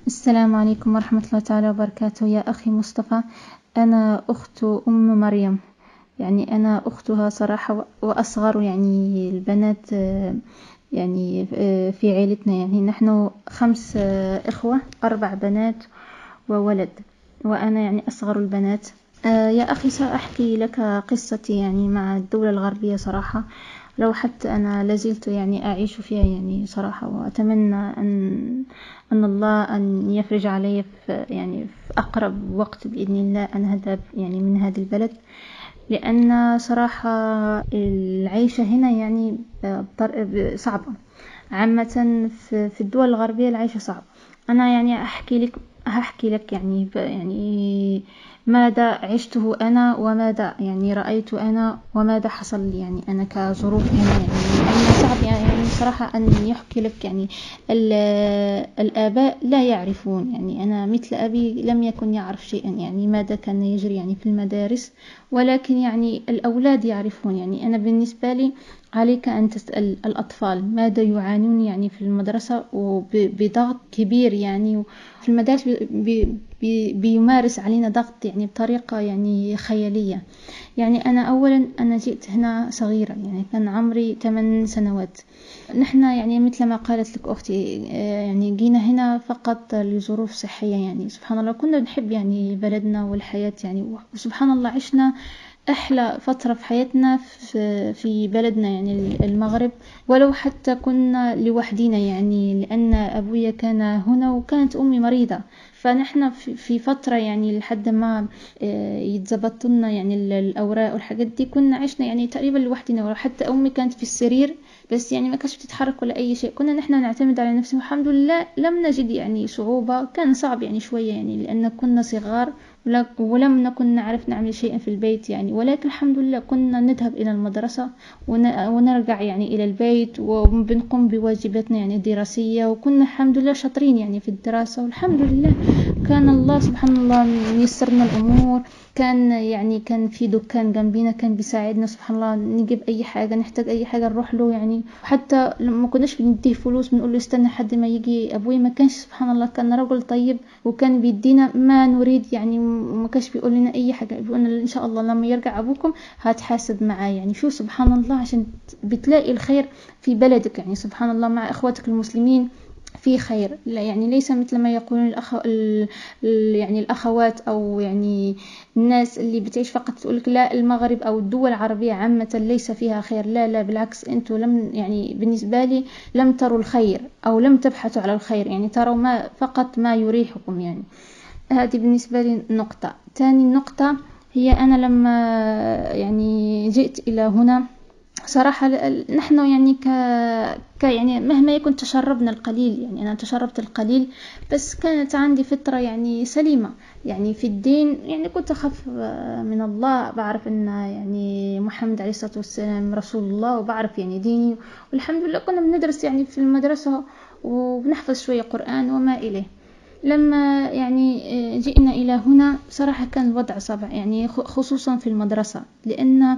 السلام عليكم ورحمة الله تعالى وبركاته. يا أخي مصطفى، أنا أخت أم مريم، يعني أنا أختها صراحة وأصغر يعني البنات، يعني في عائلتنا، يعني نحن 5 إخوة، 4 بنات وولد، وأنا يعني أصغر البنات. يا أخي سأحكي لك قصتي يعني مع الدولة الغربية صراحة، لو حتى أنا لازلت يعني أعيش فيها يعني صراحة، وأتمنى أن الله أن يفرج علي في أقرب وقت بإذن الله أن أذهب يعني من هذا البلد، لأن صراحة العيشة هنا يعني صعبة عامة. في الدول الغربية العيشة صعبة. أنا يعني هحكي لك يعني ماذا عشته أنا، وماذا يعني رأيت أنا، وماذا حصل لي يعني أنا كظروف هنا، يعني لأن صعب يعني صراحة أن يحكي لك يعني الآباء لا يعرفون، يعني أنا مثل أبي لم يكن يعرف شيئا يعني ماذا كان يجري يعني في المدارس، ولكن يعني الأولاد يعرفون. يعني أنا بالنسبة لي عليك أن تسأل الأطفال ماذا يعانون يعني في المدرسة، وبضغط كبير يعني في المدارس بيمارس علينا ضغط يعني بطريقة يعني خيالية. يعني أنا جئت هنا صغيرة، يعني كان عمري 8 سنوات. نحن يعني مثل ما قالت لك أختي، يعني جينا هنا فقط لظروف صحية. يعني سبحان الله كنا نحب يعني بلدنا والحياة يعني، وسبحان الله عشنا أحلى فترة في حياتنا في بلدنا يعني المغرب، ولو حتى كنا لوحدنا يعني لأن أبويا كان هنا وكانت أمي مريضة. فنحن في فترة يعني لحد ما يتزبط لنا يعني الأوراق والحاجات دي، كنا عشنا يعني تقريبا لوحدنا، وحتى أمي كانت في السرير بس يعني ما كانتش بتتحرك ولا أي شيء. كنا نحن نعتمد على نفسنا، والحمد لله لم نجد يعني صعوبة. كان صعب يعني شوية يعني لأن كنا صغار ولم نكن نعرف نعمل شيئا في البيت يعني، ولكن الحمد لله كنا نذهب إلى المدرسة ونرجع يعني إلى البيت، وبنقوم بواجباتنا يعني الدراسية، وكنا الحمد لله شاطرين يعني في الدراسة، والحمد لله كان الله سبحان الله ييسرنا الأمور. كان في دكان جنبينا كان بيساعدنا سبحان الله، نجيب أي حاجة نحتاج أي حاجة نروح له يعني. حتى لما كناش بنديه فلوس بنقول له استنى حد ما يجي أبوي، ما كانش سبحان الله كان رجل طيب، وكان بيدينا ما نريد يعني، وما كانش بيقول لنا أي حاجة، بيقول لنا إن شاء الله لما يرجع أبوكم هتحاسب معاه. يعني شو سبحان الله، عشان بتلاقي الخير في بلدك يعني سبحان الله مع إخواتك المسلمين في خير. لا يعني ليس مثل ما يقولون يعني الأخوات أو يعني الناس اللي بتعيش فقط تقولك لا المغرب أو الدول العربية عامة ليس فيها خير. لا لا بالعكس، أنتوا لم يعني بالنسبة لي لم تروا الخير أو لم تبحثوا على الخير، يعني تروا فقط ما يريحكم يعني. هذه بالنسبة لي نقطة. ثاني نقطة هي أنا لما يعني جئت إلى هنا صراحة نحن يعني يعني مهما يكن تشربنا القليل، يعني أنا تشربت القليل بس كانت عندي فطرة يعني سليمة يعني في الدين. يعني كنت أخاف من الله، بعرف أن يعني محمد عليه الصلاة والسلام رسول الله، وبعرف يعني ديني، والحمد لله كنا بندرس يعني في المدرسة وبنحفظ شوية قرآن وما إليه. لما يعني جئنا إلى هنا صراحة كان الوضع صعب يعني خصوصا في المدرسة، لأن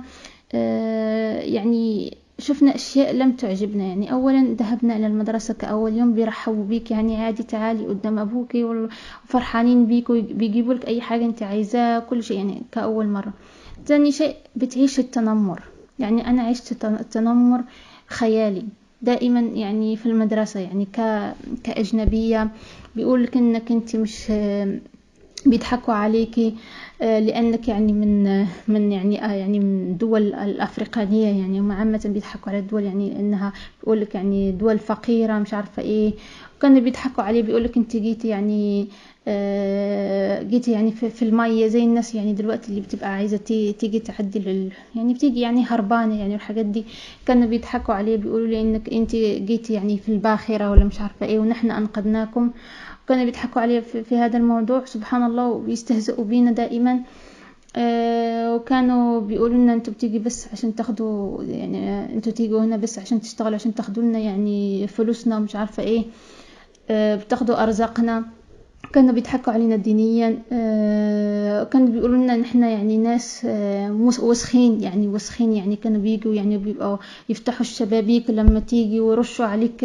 يعني شفنا أشياء لم تعجبنا. يعني أولا ذهبنا إلى المدرسة كأول يوم بيرحبوا بيك يعني عادي، تعالي قدام أبوك وفرحانين بيك وبيجيبوا لك أي حاجة أنت عايزاه كل شيء يعني كأول مرة. ثاني شيء بتعيش التنمر، يعني أنا عشت التنمر خيالي دائما يعني في المدرسة، يعني كأجنبية بيقول لك إنك أنت مش بيضحكوا عليكي لأنك يعني من يعني من دول الأفريقانية يعني، هم عامة بيضحكوا على الدول يعني إنها بيقول لك يعني دول فقيرة مش عارفة إيه. وكانوا بيضحكوا عليه بيقول لك أنت جيتي يعني جيتي يعني في المية زي الناس يعني دلوقتي اللي بتبقى عايزة تيجي تعدي يعني بتيجي يعني هربانة يعني الحاجات دي. كانوا بيضحكوا عليه بيقولوا لي إنك أنت جيتي يعني في الباخرة ولا مش عارفة إيه، ونحن أنقذناكم. كانوا بيضحكوا عليه في هذا الموضوع سبحان الله، وبيستهزئوا بينا دائما. وكانوا بيقولوا لنا انتوا بتيجي بس عشان تاخدوا يعني انتوا تيجوا هنا بس عشان تشتغلوا عشان تاخدوا لنا يعني فلوسنا ومش عارفه ايه، بتاخدوا ارزاقنا. كانوا بيضحكوا علينا دينيا. كانوا بيقولوا لنا نحن يعني ناس وسخين، يعني وسخين، يعني كانوا بيجوا يعني بيبقوا يفتحوا الشبابيك لما تيجي ويرشوا عليك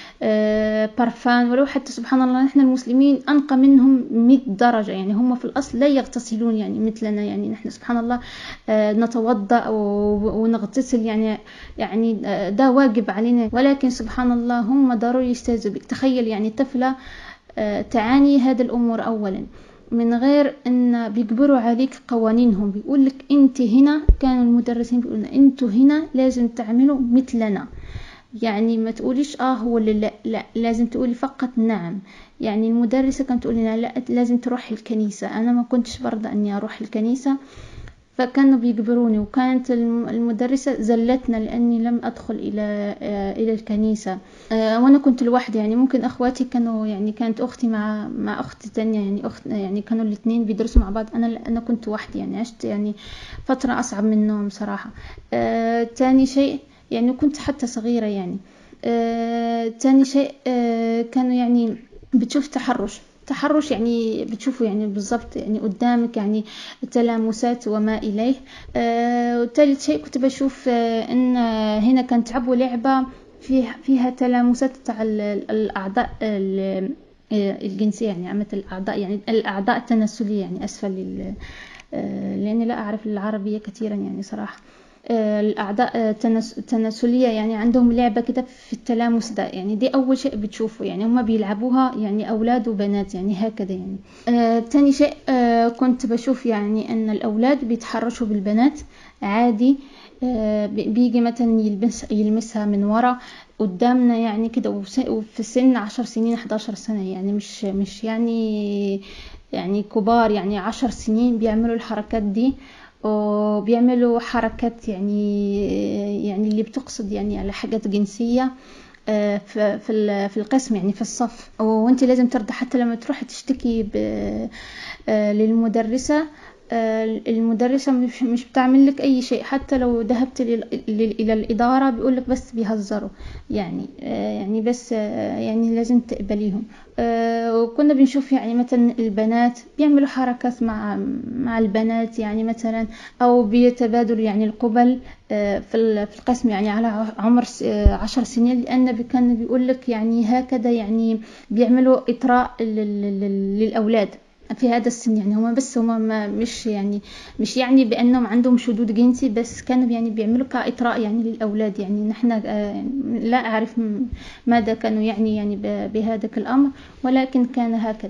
بارفان. ولو حتى سبحان الله نحن المسلمين أنقى منهم 100 درجة، يعني هم في الأصل لا يغتسلون يعني مثلنا، يعني نحن سبحان الله نتوضأ ونغتسل، يعني ده واجب علينا، ولكن سبحان الله هم ضروري يستهزئوا بك. تخيل يعني طفلة تعاني هذا الأمور أولا، من غير أن بيجبروا عليك قوانينهم، بيقول لك أنت هنا، كانوا المدرسين بيقولون أنتوا هنا لازم تعملوا مثلنا، يعني ما تقوليش هو لا لا، لازم تقولي فقط نعم. يعني المدرسة كانت تقول لنا لا لازم تروح الكنيسة، أنا ما كنتش برضه أني أروح الكنيسة، فكانوا بيجبروني. وكانت المدرسة زلتنا لأني لم أدخل إلى الكنيسة، وأنا كنت لوحدي. يعني ممكن أخواتي كانوا، يعني كانت أختي مع أختي تانية، يعني أخت، يعني كانوا الاثنين بيدرسوا مع بعض، أنا كنت وحدي، يعني عشت يعني فترة أصعب منهم صراحة. تاني شيء يعني كنت حتى صغيرة يعني. تاني شيء كانوا يعني بتشوف تحرش يعني بتشوفه يعني بالضبط يعني قدامك، يعني تلامسات وما إليه. وثالث شيء كنت بشوف إن هنا كانت تعبوا لعبة فيها تلامسات تاع الأعضاء الجنسية، يعني عامة الأعضاء، يعني الأعضاء التناسلية، يعني أسفل لأني لا أعرف العربية كثيرا يعني صراحة. الأعضاء التناسلية، يعني عندهم لعبة كده في التلامس ده، يعني دي أول شيء بتشوفه، يعني هم بيلعبوها يعني أولاد وبنات يعني هكذا يعني. تاني شيء كنت بشوف يعني أن الأولاد بيتحرشوا بالبنات عادي. بيجي مثلا يلمسها من وراء قدامنا يعني كده، وفي سن 10 سنين 11 سنة، يعني مش يعني كبار، يعني 10 سنين بيعملوا الحركات دي، وبيعملوا حركات يعني اللي بتقصد يعني على حاجات جنسية في القسم، يعني في الصف. وانت لازم ترضى حتى لما تروح تشتكي للمدرسة. المدرسة مش بتعمل لك أي شيء، حتى لو ذهبت إلى الإدارة بيقول لك بس بيهزروا يعني بس يعني لازم تقبليهم. وكنا بنشوف يعني مثلا البنات بيعملوا حركات مع البنات، يعني مثلا أو بيتبادلوا يعني القبل في القسم، يعني على عمر 10 سنين، لأن كان بيقول لك يعني هكذا، يعني بيعملوا إطراء للأولاد في هذا السن. يعني هم مش يعني بأنهم عندهم شذوذ جنسي، بس كانوا يعني بيعملوا كإطراء يعني للأولاد. يعني نحن لا أعرف ماذا كانوا يعني بهذا الأمر، ولكن كان هكذا.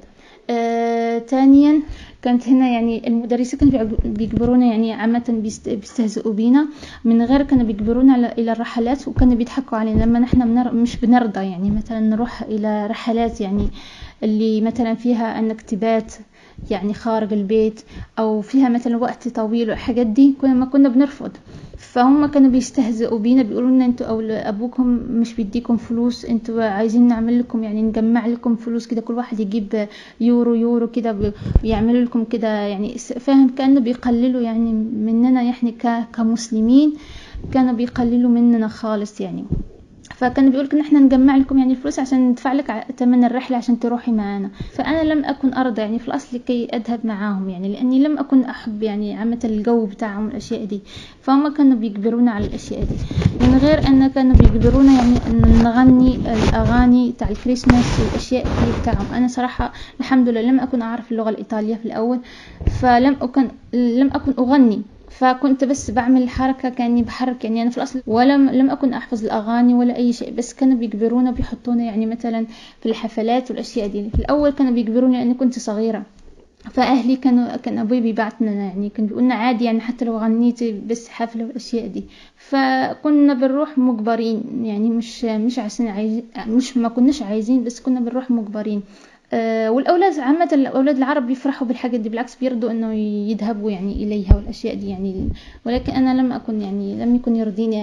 ثانيا كانت هنا يعني المدرسين كانوا بيجبرونا، يعني عامة بيستهزئوا بينا، من غير كانوا بيجبرونا إلى الرحلات، وكانوا بيضحكوا علينا لما نحن مش بنرضى، يعني مثلا نروح إلى رحلات يعني اللي مثلا فيها أنك تبات يعني خارج البيت، أو فيها مثلا وقت طويل والحاجات دي، ما كنا بنرفض. فهم كانوا بيستهزئوا بينا، بيقولوا لنا انتوا او ابوكم مش بيديكم فلوس، انتوا عايزين نعمل لكم يعني نجمع لكم فلوس كده، كل واحد يجيب يورو كده ويعملوا لكم كده، يعني فاهم، كانوا بيقللوا يعني مننا، يعني كمسلمين كانوا بيقللوا مننا خالص يعني. فكانوا بيقولك ان احنا نجمع لكم يعني الفلوس عشان ندفع لك ثمن الرحله عشان تروحي معنا. فانا لم اكن ارضى يعني في الاصل كي اذهب معاهم، يعني لاني لم اكن احب يعني عامه الجو بتاعهم الاشياء دي، فهم كانوا بيجبرونا على الاشياء دي. من غير ان كانوا بيجبرونا يعني ان نغني الاغاني تاع الكريسماس والاشياء دي بتاعهم. انا صراحه الحمد لله لم اكن اعرف اللغه الايطاليه في الاول، لم اكن اغني، فكنت بس بعمل حركة كأني بحرك، يعني أنا في الأصل لم أكن أحفظ الأغاني ولا أي شيء، بس كانوا بيجبرونا بيحطونا يعني مثلا في الحفلات والأشياء دي. في الأول كانوا بيجبروني لأني كنت صغيرة، فأهلي كان أبوي بيبعتنا، يعني كان بيقولنا عادي يعني حتى لو غنيتي بس حفلة والأشياء دي. فكنا بنروح مجبرين، يعني مش عايزين، مش ما كناش عايزين، بس كنا بنروح مجبرين. والأولاد عامة الأولاد العرب بيفرحوا بالحاجات دي، بالعكس بيرضوا إنه يذهبوا يعني إليها والأشياء دي يعني. ولكن أنا لم يكن يرضيني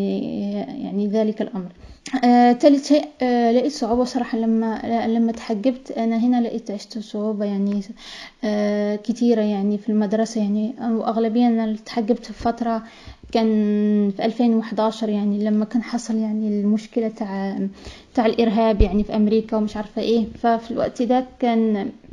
يعني ذلك الأمر. ثالث شيء لقيت صعوبة صراحة لما تحجبت. أنا هنا لقيت عشت صعوبة يعني كتيرة يعني في المدرسة، يعني وأغلبية أنا تحجبت في فترة كان في 2011، يعني لما كان حصل يعني المشكلة تاع الإرهاب يعني في أمريكا ومش عارفة إيه. ففي الوقت ده كان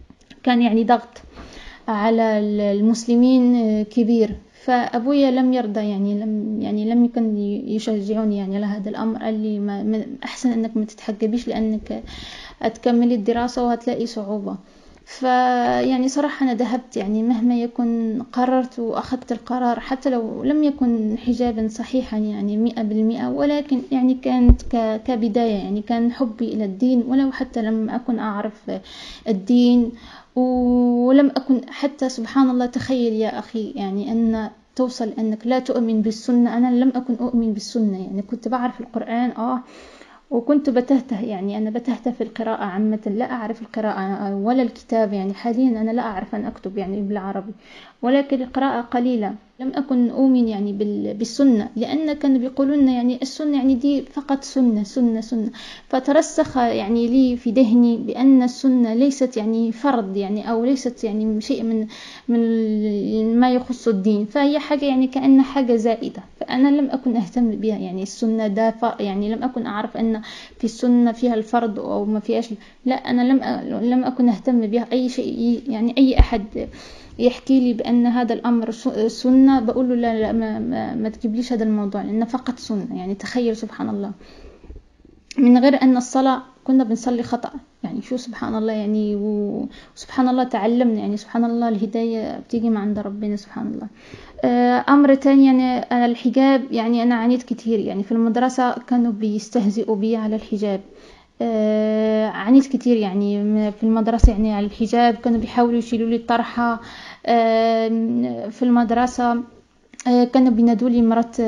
كان يعني ضغط على المسلمين كبير. فأبويا لم يرضى، يعني لم يكن يشجعني يعني على هذا الأمر. قال لي أحسن أنك ما تتحجبيش لأنك هتكملي الدراسة وهتلاقي صعوبة. فيعني صراحة أنا ذهبت، يعني مهما يكن قررت وأخذت القرار حتى لو لم يكن حجابا صحيحا يعني 100%، ولكن يعني كانت كبداية، يعني كان حبي إلى الدين، ولو حتى لم أكن أعرف الدين ولم أكن حتى، سبحان الله، تخيل يا أخي يعني أن توصل أنك لا تؤمن بالسنة. أنا لم أكن أؤمن بالسنة، يعني كنت بعرف القرآن وكنت بتهته، يعني أنا بتهته في القراءة عامة، لا أعرف القراءة ولا الكتاب. يعني حاليا أنا لا أعرف أن أكتب يعني بالعربي، ولكن القراءة قليلة. لم أكن أؤمن يعني بالسنة، لأن كانوا بيقولون يعني السنة يعني دي فقط سنة سنة سنة. فترسخ يعني لي في ذهني بأن السنة ليست يعني فرض، يعني أو ليست يعني شيء من ما يخص الدين، فهي حاجة يعني كأن حاجة زائدة. فأنا لم أكن أهتم بها، يعني السنة ده يعني لم أكن أعرف أن في السنة فيها الفرض أو ما فيهاش. لا، أنا لم أكن أهتم بها أي شيء. يعني أي أحد يحكي لي بأن هذا الأمر سنة بقول له لا لا، ما تجيبليش هذا الموضوع، لأنه فقط سنة. يعني تخيل سبحان الله، من غير أن الصلاة كنا بنصلي خطأ. يعني شو سبحان الله، يعني وسبحان الله تعلمنا، يعني سبحان الله الهداية بتيجي من عند ربنا سبحان الله. أمر تاني، يعني أنا الحجاب، يعني أنا عانيت كتير. يعني في المدرسة كانوا بيستهزئوا بي على الحجاب. عانيت كتير يعني في المدرسة، يعني على الحجاب كانوا بيحاولوا يشيلوا لي الطرحة. في المدرسة كانوا بينادولي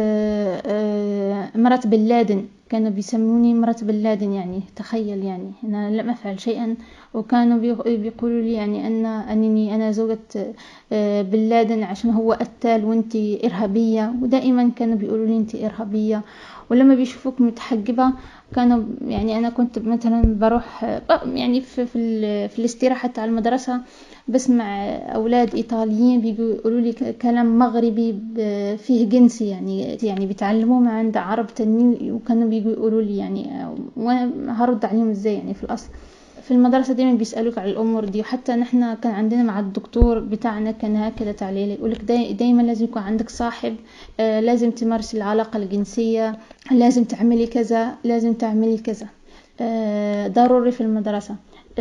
مرات بن لادن، كانوا بيسموني مرات بن لادن. يعني تخيل، يعني أنا لم أفعل شيئا وكانوا بيقولوا لي يعني أنني أنا زوجة بن لادن عشان هو قتال وانتي إرهابية. ودائما كانوا بيقولوا لي انتي إرهابية. ولما بيشوفوك متحجبة كانوا، يعني أنا كنت مثلا بروح يعني في الاستراحة على المدرسة بسمع أولاد إيطاليين بيقولوا لي كلام مغربي فيه جنسي، يعني بيتعلموه من عند عرب تانيين، وكانوا بيقولوا لي يعني وأنا هرد عليهم إزاي يعني في الأصل. في المدرسة دايما بيسألوك على الأمور دي، وحتى نحن كان عندنا مع الدكتور بتاعنا كان هكذا تعليل، يقولك دايما لازم يكون عندك صاحب، لازم تمارس العلاقة الجنسية، لازم تعملي كذا، لازم تعملي كذا، ضروري في المدرسة.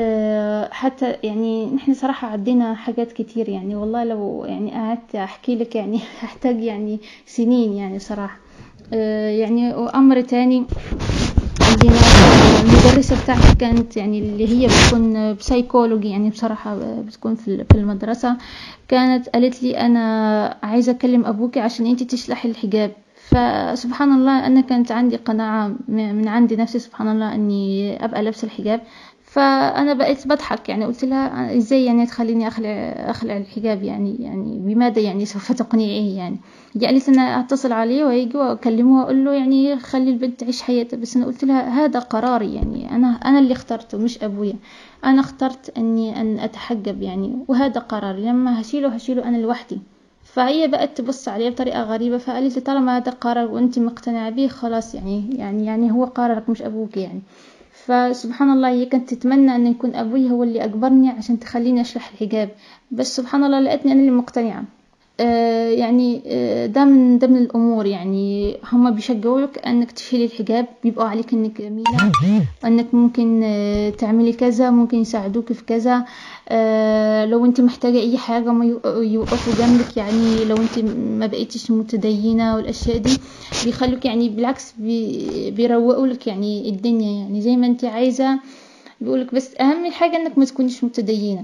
حتى يعني نحن صراحة عدينا حاجات كتير، يعني والله لو يعني قعدت أحكي لك يعني هحتاج يعني سنين يعني صراحة. يعني أمر تاني، عندنا المدرسة بتاعتي كانت يعني اللي هي بتكون بسايكولوجي، يعني بصراحة بتكون في المدرسة، كانت قالت لي أنا عايزة أكلم أبوك عشان أنتي تشلحي الحجاب. فسبحان الله أنا كانت عندي قناعة من عندي نفسي سبحان الله أني أبقى لابسة الحجاب. فأنا بقيت بضحك، يعني قلت لها إزاي يعني تخليني أخلع الحجاب، يعني بماذا يعني سوف تقنعيه يعني. قالت أنا أتصل عليه ويجي وأكلمه وأقول له يعني خلي البنت تعيش حياتها. بس أنا قلت لها هذا قراري، يعني أنا اللي اخترته مش أبويا. أنا اخترت أن أتحجب يعني، وهذا قراري، لما هشيله أنا لوحدي. فهي بقت تبص عليه بطريقة غريبة، فقالت لي طالما هذا قرار وأنت مقتنعة به خلاص، يعني هو قرارك مش أبوك يعني. فسبحان الله هي كانت تتمنى أن يكون أبوي هو اللي أجبرني عشان تخليني أشلح الحجاب، بس سبحان الله لقيتني أنا اللي مقتنعة. يعني ده من ضمن الأمور، يعني هم بيشجعوك أنك تشيلي الحجاب، بيبقوا عليك أنك جميلة، أنك ممكن تعملي كذا، ممكن يساعدوك في كذا. لو أنت محتاجة أي حاجة ما يوقفوا جنبك، يعني لو أنت ما بقيتش متدينة والأشياء دي بيخلوك، يعني بالعكس بيروقوا لك يعني الدنيا، يعني زي ما أنت عايزة بيقولك. بس أهم حاجة أنك ما تكونيش متدينة.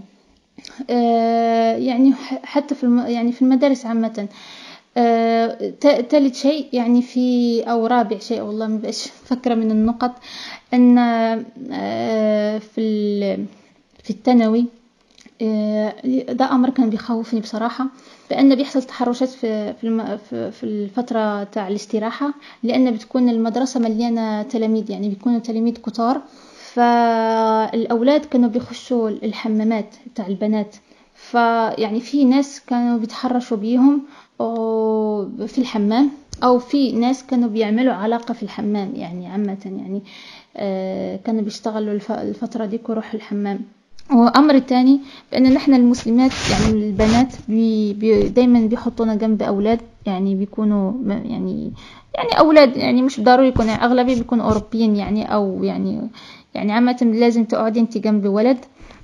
يعني حتى يعني في المدارس عامة. ثالث شيء يعني أو رابع شيء والله ما بقاش فكرة من النقط، أن في الثانوي ده أمر كان بيخوفني بصراحة، لأن بيحصل تحرشات في الفترة تاع الاستراحة، لأن بتكون المدرسة مليانة تلاميذ، يعني بيكونوا تلاميذ كتار. فالأولاد كانوا بيخشوا الحمامات تاع البنات، فيعني في ناس كانوا بيتحرشوا بيهم في الحمام، أو في ناس كانوا بيعملوا علاقة في الحمام، يعني عامة يعني كانوا بيشتغلوا الفترة دي يروحوا الحمام. وأمر تاني بأن نحن المسلمات يعني البنات دايما بيحطونا جنب أولاد يعني بيكونوا يعني أولاد يعني مش ضروري يكون يعني أغلبية بيكونوا أوروبيين يعني أو يعني عامة لازم تقعدي انت جنب ولد.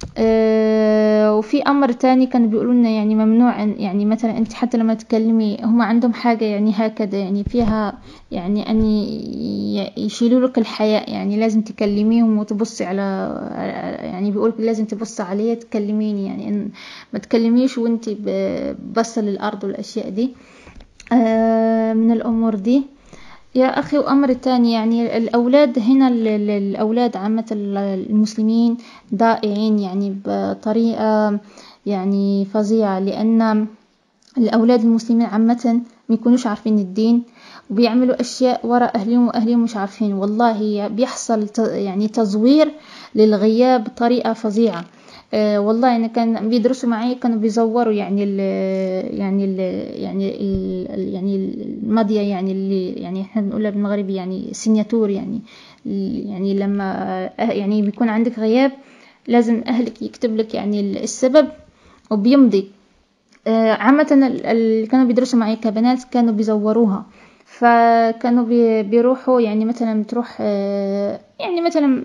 وفي امر تاني كانوا بيقولوا لنا يعني ممنوع يعني مثلا انت حتى لما تكلمي هم عندهم حاجه يعني هكذا يعني فيها يعني ان يشيلوا لك الحياء يعني لازم تكلميهم وتبصي على يعني بيقول لازم تبصي عليه تكلميني يعني إن ما تكلميش وانت بصه للارض والاشياء دي. من الامور دي يا أخي. وأمر تاني يعني الأولاد هنا الأولاد عامة المسلمين ضائعين يعني بطريقة يعني فظيعة، لأن الأولاد المسلمين عامة ما يكونوش عارفين الدين وبيعملوا أشياء وراء أهلهم وأهلهم مش عارفين. والله بيحصل يعني تزوير للغياب بطريقة فظيعة. والله أنا كان بيدرسوا معي كانوا بيزوروا يعني يعني الماضية يعني اللي يعني احنا بنقولها بالمغربي يعني سيناتور يعني لما يعني بيكون عندك غياب لازم أهلك يكتب لك يعني السبب وبيمضي. عامة اللي كانوا بيدرسوا معي كبنات كانوا بيزوروها، فكانوا بيروحوا يعني مثلا بتروح يعني مثلا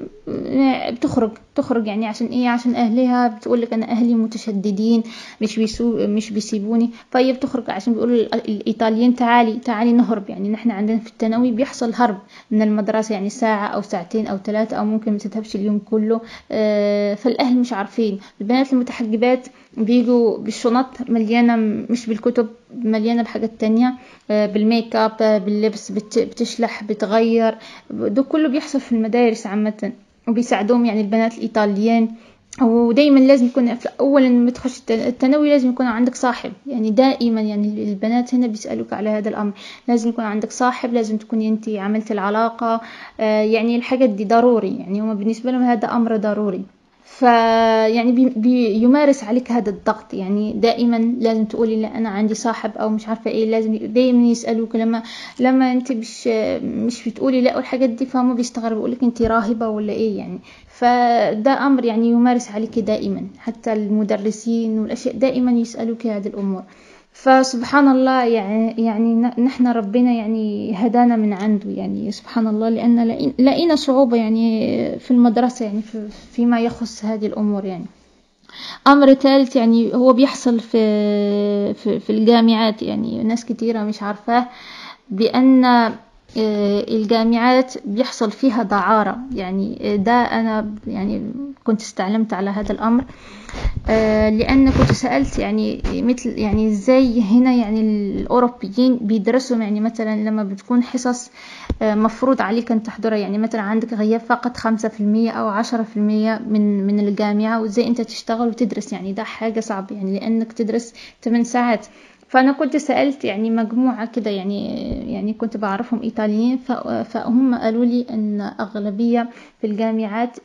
بتخرج يعني عشان ايه؟ عشان اهلها بتقولك انا اهلي متشددين مش بيسيبوني، فهي بتخرج عشان بيقولوا الايطاليين تعالي نهرب. يعني نحن عندنا في الثانوي بيحصل هرب من المدرسة يعني ساعة او ساعتين او 3 او ممكن ما تذهبش اليوم كله. فالاهل مش عارفين. البنات المتحجبات بيجوا بالشنط مليانة مش بالكتب، مليانة بحاجات تانية، بالميك اب باللبس، بتشلح بتغير. ده كله بيحصل في المدارس عامة وبيساعدوهم يعني البنات الإيطاليين. ودايما لازم يكون في أول ما تخش الثانوي لازم يكون عندك صاحب يعني دائما. يعني البنات هنا بيسألوك على هذا الأمر، لازم يكون عندك صاحب، لازم تكوني أنت عملت العلاقة. يعني الحاجات دي ضروري يعني هم بالنسبة لهم هذا أمر ضروري. فيعني بيمارس عليك هذا الضغط يعني دائما لازم تقولي لا انا عندي صاحب او مش عارفه ايه. لازم دائما يسالوك لما انت مش بتقولي لا والحاجات دي فهم بيستغربوا يقولك انت راهبه ولا ايه يعني. فده امر يعني يمارس عليك دائما، حتى المدرسين والاشياء دائما يسالوك هذه الامور. فسبحان الله يعني نحن ربنا يعني هدانا من عنده يعني سبحان الله، لأن لقينا صعوبة يعني في المدرسة يعني فيما يخص هذه الأمور. يعني أمر ثالث يعني هو بيحصل في الجامعات، يعني ناس كتيرة مش عارفاه، بأن الجامعات بيحصل فيها دعارة. يعني ده أنا يعني كنت استعلمت على هذا الأمر لأن كنت سألت يعني مثل يعني إزاي هنا يعني الأوروبيين بيدرسوا يعني مثلا لما بتكون حصص مفروض عليك أن تحضرها، يعني مثلا عندك غياب فقط 5% أو 10% من الجامعة، وإزاي أنت تشتغل وتدرس. يعني ده حاجة صعبة يعني لأنك تدرس 8 ساعات. فأنا كنت سألت يعني مجموعة كده يعني كنت بعرفهم إيطاليين، فهم قالوا لي أن أغلبية في الجامعات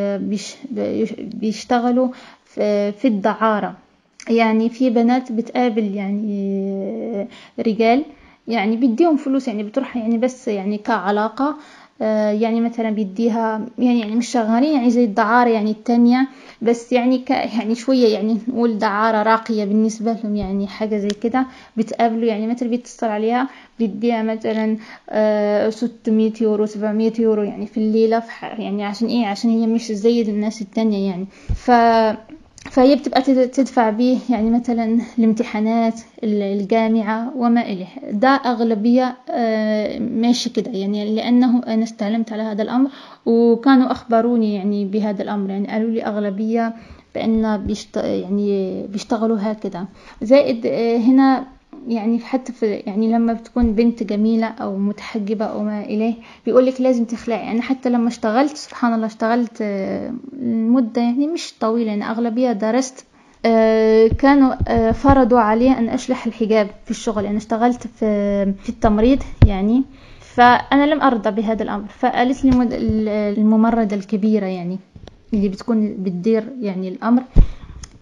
بيشتغلوا في الدعارة. يعني في بنات بتقابل يعني رجال يعني بيديهم فلوس يعني بتروح يعني بس يعني كعلاقة. يعني مثلا بيديها يعني مش شغالين يعني زي الدعارة يعني التانية، بس يعني يعني شوية يعني نقول دعارة راقية بالنسبة لهم يعني حاجة زي كده. بتقابلوا يعني مثلا بيتصل عليها بيديها مثلا 600 يورو 700 يورو يعني في الليلة يعني عشان ايه؟ عشان هي مش زي الناس التانية يعني. فهي بتبقى تدفع به يعني مثلا الامتحانات الجامعة وما إليه. ده أغلبية ماشي كده يعني، لأنه أنا استعلمت على هذا الأمر وكانوا أخبروني يعني بهذا الأمر. يعني قالوا لي أغلبية بأن يعني بيشتغلوا هكذا. زائد هنا يعني حتى في يعني لما بتكون بنت جميلة أو متحجبة أو ما إليه بيقولك لازم تخلعي. يعني حتى لما اشتغلت سبحان الله اشتغلت مدة يعني مش طويلة يعني أغلبية درست، كانوا فرضوا علي أن أشلح الحجاب في الشغل. يعني اشتغلت في التمريض يعني، فأنا لم أرضى بهذا الأمر. فقالت لي الممرضة الكبيرة يعني اللي بتكون بتدير يعني الأمر،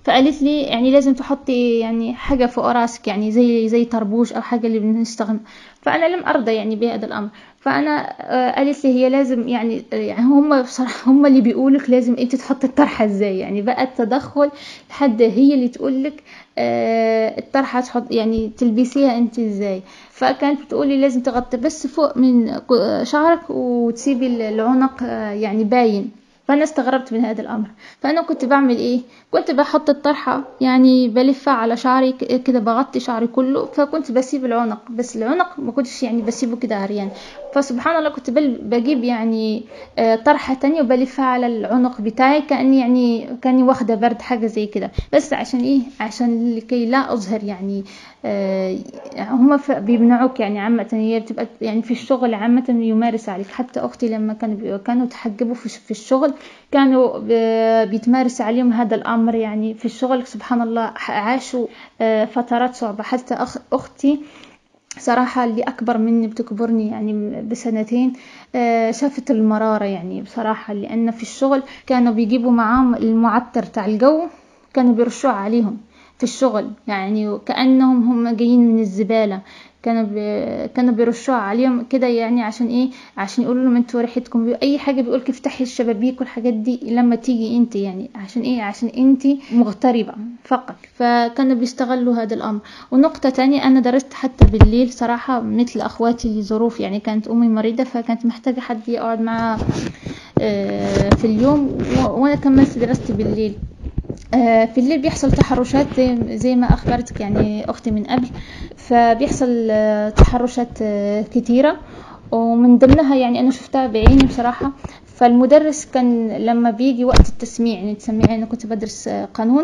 فقالت لي يعني لازم تحطي يعني حاجة فوق راسك، يعني زي طربوش أو حاجة اللي بنستخدم. فأنا لم أرضى يعني بهذا الأمر. فأنا قالت لي هي لازم يعني هم بصراحة هم اللي بيقولك لازم أنت تحطي الطرحة إزاي، يعني بقى التدخل لحد هي اللي تقولك الطرحة تحط يعني تلبسيها أنت إزاي. فكانت بتقولي لازم تغطي بس فوق من شعرك وتسيبي العنق يعني باين. فأنا استغربت من هذا الأمر. فأنا كنت بعمل إيه؟ كنت بحط الطرحة يعني بلفها على شعري كده، بغطي شعري كله، فكنت بسيب العنق، بس العنق ما كنتش يعني بسيبه كده عريان. فسبحان الله كنت بجيب يعني طرحة تانية وبلفها على العنق بتاعي كأني واخدة برد حاجة زي كده، بس عشان إيه؟ عشان لكي لا أظهر يعني هما بيمنعوك يعني عامة، هي بتبقى يعني في الشغل عامة يمارس عليك. حتى أختي لما كانوا تحجبوا في الشغل كانوا بيتمارس عليهم هذا الأمر يعني في الشغل. سبحان الله عاشوا فترات صعبة. حتى أختي صراحة اللي أكبر مني بتكبرني يعني بسنتين شافت المرارة يعني بصراحة، لأن في الشغل كانوا بيجيبوا معاهم المعطر تاع الجو، كانوا بيرشوه عليهم في الشغل يعني كأنهم هم جايين من الزبالة. كانوا بيرشوها عليهم كده يعني عشان ايه؟ عشان يقولوا لهم انتوا ريحتكم اي حاجه، بيقولك افتحي الشبابيك والحاجات دي لما تيجي انت، يعني عشان ايه؟ عشان انت مغتربه فقط. فكانوا بيستغلوا هذا الامر. ونقطه تانية، انا درست حتى بالليل صراحه مثل اخواتي لظروف، يعني كانت امي مريضه فكانت محتاجه حد يقعد معها في اليوم، وانا كملت دراستي بالليل. في الليل بيحصل تحرشات زي ما أخبرتك يعني أختي من قبل. فبيحصل تحرشات كتيرة، ومن ضمنها يعني أنا شفتها بعيني بصراحة. فالمدرس كان لما بيجي وقت التسميع، يعني تسميع، أنا كنت بدرس قانون،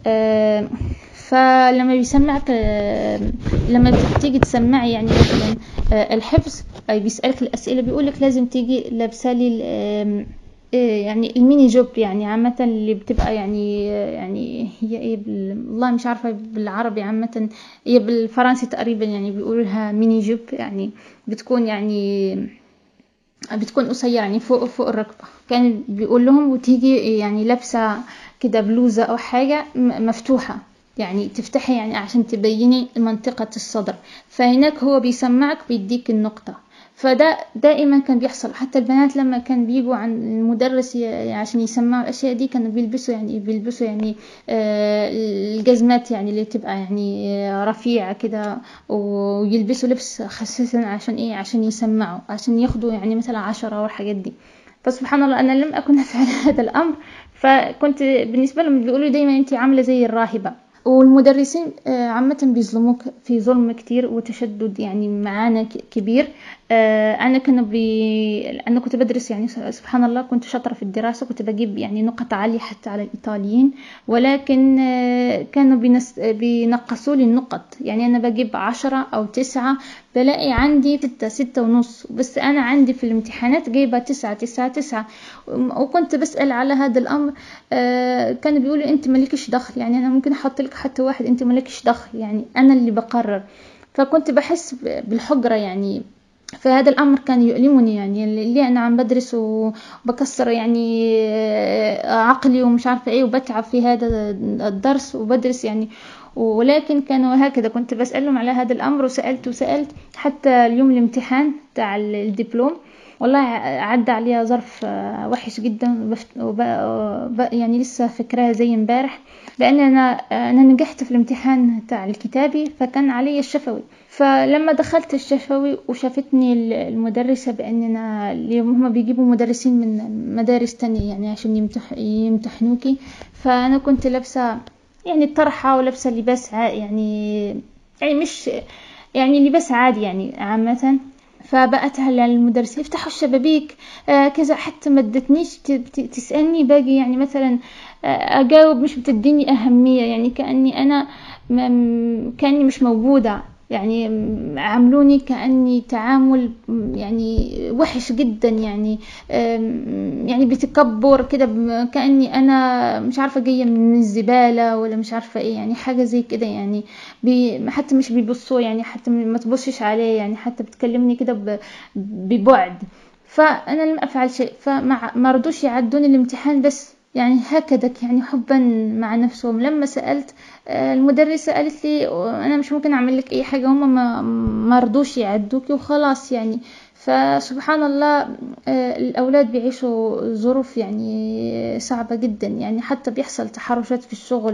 فلما بيسمعك لما بتيجي تسمعي يعني مثلا الحفظ، بيسألك الأسئلة بيقولك لازم تيجي لابسالي يعني الميني جوب، يعني عامة اللي بتبقى يعني هي ايه والله مش عارفة بالعربي، عامة هي بالفرنسي تقريبا يعني بيقولوا لها ميني جوب، يعني بتكون قصيرة يعني فوق الركبة. كان بيقول لهم وتيجي يعني لابسة كده بلوزة أو حاجة مفتوحة، يعني تفتحي يعني عشان تبيني منطقة الصدر. فهناك هو بيسمعك بيديك النقطة. فده دائما كان بيحصل. حتى البنات لما كان بيجوا عن المدرس عشان يسمعوا الأشياء دي كانوا بيلبسوا يعني الجزمات يعني اللي تبقى يعني رفيعة كده، ويلبسوا لبس خصيصا عشان ايه؟ عشان يسمعوا، عشان ياخدوا يعني مثلا 10 والحاجات دي. فسبحان الله أنا لم أكن أفعل هذا الأمر. فكنت بالنسبة لهم بيقولوا دايما أنت عاملة زي الراهبة. والمدرسين عامة بيظلموك في ظلم كتير وتشدد يعني معانا كبير. أنا كنت بدرس يعني سبحان الله كنت شاطرة في الدراسة، كنت بجيب يعني نقط عالية حتى على الإيطاليين، ولكن كانوا بينقصوا لي النقط. يعني أنا بجيب 10 أو 9 بلاقي عندي 6 ونص، بس أنا عندي في الامتحانات جايبة 9. وكنت بسأل على هذا الأمر، كانوا بيقولوا أنت مالكش دخل، يعني أنا ممكن أحط لك حتى 1، أنت مالكش دخل، يعني أنا اللي بقرر. فكنت بحس بالحجرة يعني. فهذا الأمر كان يؤلمني، يعني اللي أنا عم بدرس وبكسر يعني عقلي ومش عارفة إيه، وبتعب في هذا الدرس وبدرس يعني. ولكن كانوا هكذا. كنت بسألهم على هذا الأمر، وسألت حتى اليوم الامتحان تاع الدبلوم، والله عدى عليها ظرف وحش جدا، يعني لسه فكرها زي امبارح. لأن أنا نجحت في الامتحان تاع الكتابي، فكان علي الشفوي. فلما دخلت الشفوي وشافتني المدرسة بأننا اليوم هم بيجيبوا مدرسين من مدارس تانية يعني عشان يمتحنوكي، فأنا كنت لابسة يعني الطرحة ولابسة لباس يعني مش يعني لباس عادي يعني عامة. فبقت هلا المدرسة يفتحوا الشبابيك كذا، حتى ما ادتنيش تسألني باقي يعني مثلا أجاوب، مش بتديني أهمية، يعني كأني مش موجودة. يعني عاملوني كأني تعامل يعني وحش جدا، يعني بتكبر كده، كأني أنا مش عارفة جاية من الزبالة ولا مش عارفة إيه، يعني حاجة زي كده يعني. حتى مش بيبصوا، يعني حتى ما تبصش عليه، يعني حتى بتكلمني كده ببعد. فأنا لم أفعل شيء، فما رضوش يعدوني الامتحان، بس يعني هكذا يعني حبا مع نفسهم. لما سألت المدرسة قالت لي أنا مش ممكن أعمل لك أي حاجة، هم ما رضوش يعدوك وخلاص يعني. فسبحان الله الأولاد بيعيشوا ظروف يعني صعبة جدا، يعني حتى بيحصل تحرشات في الشغل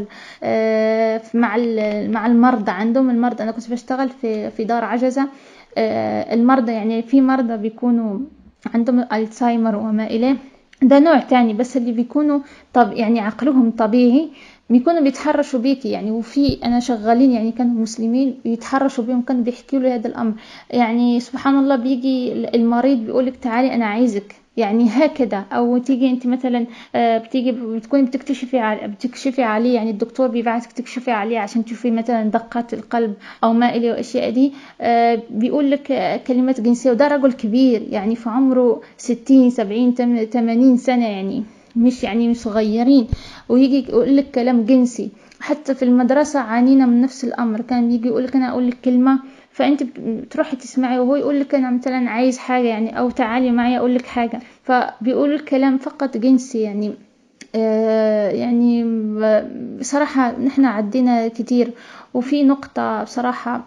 مع المرضى. عندهم المرضى، أنا كنت بشتغل في دار عجزة. المرضى يعني في مرضى بيكونوا عندهم الزهايمر وما إليه، ده نوع تاني، بس اللي بيكونوا طب يعني عقلهم طبيعي بيكونوا بيتحرشوا بيكي يعني. وفي أنا شغالين يعني كانوا مسلمين يتحرشوا بيهم، كانوا بيحكوا له هذا الأمر. يعني سبحان الله بيجي المريض بيقولك تعالي أنا عايزك يعني هكذا. أو تيجي أنت مثلا بتيجي بتكوني بتكشفي عليه، يعني الدكتور بيبعتك تكشفي عليه عشان تشوفي مثلا دقات القلب أو ما إليه وأشياء دي. بيقول لك كلمات جنسية، وده رجل كبير يعني في عمره 60 70 80 سنة يعني، مش صغيرين، ويجي يقول لك كلام جنسي. حتى في المدرسة عانينا من نفس الأمر، كان يجي يقول لك أنا أقول لك كلمة فأنت بتروحي تسمعي، وهو يقول لك أنا مثلا عايز حاجة يعني، أو تعالي معي أقول لك حاجة، فبيقول الكلام فقط جنسي يعني. يعني بصراحة نحن عدينا كتير. وفي نقطة بصراحة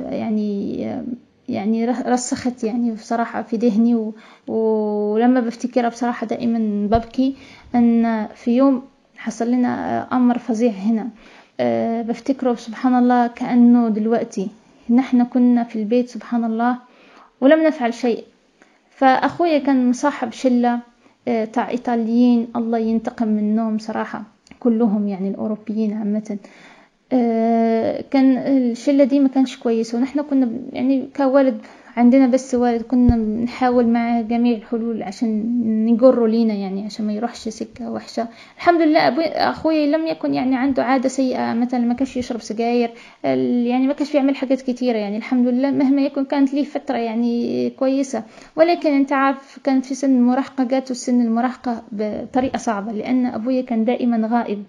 يعني رسخت يعني بصراحة في ذهني ولما بفتكرها بصراحة دائما ببكي. أن في يوم حصل لنا أمر فظيع هنا، بفتكره سبحان الله كأنه دلوقتي. نحن كنا في البيت سبحان الله ولم نفعل شيء، فأخويا كان مصاحب شلة تاع إيطاليين، الله ينتقم منهم صراحة كلهم يعني الأوروبيين عامة. كان الشلة دي ما كانش كويس، ونحن كنا يعني كوالد عندنا بس والد كنا نحاول مع جميع الحلول عشان نجره لينا يعني عشان ما يروحش سكة وحشة. الحمد لله أخوي لم يكن يعني عنده عادة سيئة، مثلا ما كانش يشرب سجاير، يعني ما كانش يعمل حاجات كتيرة يعني الحمد لله. مهما يكن كانت ليه فترة يعني كويسة، ولكن انت عارف كانت في سن المراهقة، جاته سن المراهقة بطريقة صعبة لأن أبويا كان دائما غائب.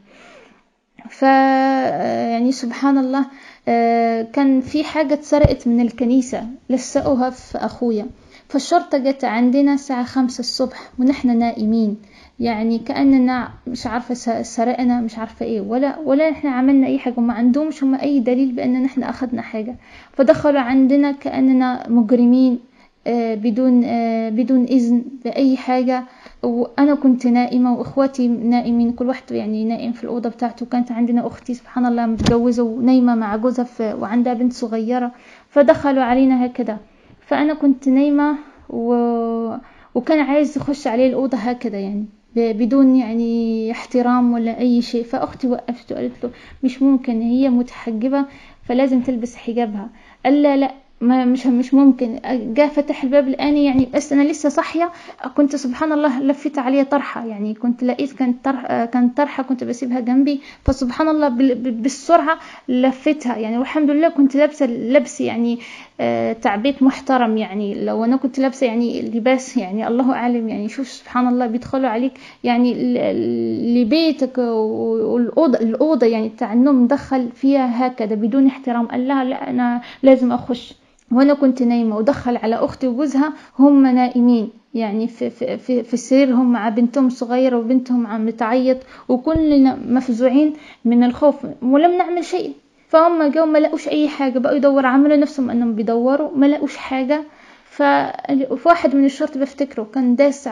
يعني سبحان الله كان في حاجة اتسرقت من الكنيسة لسقوها في أخويا، فالشرطة جت عندنا الساعة 5 الصبح ونحن نائمين، يعني كأننا مش عارفة سرقنا مش عارفة ايه ولا احنا عملنا اي حاجة، وما عندهمش هم اي دليل بأننا احنا اخذنا حاجة. فدخلوا عندنا كأننا مجرمين بدون إذن بأي حاجة. وأنا كنت نائمة وإخواتي نائمين، كل واحد يعني نائم في الأوضة بتاعته. كانت عندنا أختي سبحان الله متجوزة ونايمة مع جوزها وعندها بنت صغيرة، فدخلوا علينا هكذا. فأنا كنت نايمة وكان عايز يخش عليه الأوضة هكذا يعني بدون يعني احترام ولا أي شيء. فأختي وقفت وقالت له مش ممكن، هي متحجبة فلازم تلبس حجابها. قال لا ما مش ممكن. جاء فتح الباب الآني يعني، بس أنا لسه صحية. كنت سبحان الله لفيت عليه طرحة يعني، كنت لقيت كانت طرحة كنت بسيبها جنبي، فسبحان الله بالسرعة لفتها يعني. والحمد لله كنت لابسة لبس يعني تعبيت محترم يعني. لو أنا كنت لابسة يعني لباس يعني الله أعلم يعني، شوف سبحان الله بيدخلوا عليك يعني لبيتك الأوضة يعني بتاع النوم دخل فيها هكذا بدون احترام. قال لها لا أنا لازم أخش، وانا كنت نايمه، ودخل على اختي وجوزها هم نائمين يعني في السرير، هم مع بنتهم الصغيره وبنتهم عم تعيط، وكلنا مفزوعين من الخوف ولم نعمل شيء. فهم جاوا ما لقوش اي حاجه، بقوا يدوروا، عملوا نفسهم انهم بيدوروا ما لقوش حاجه. فواحد من الشرطة بفتكره كان داس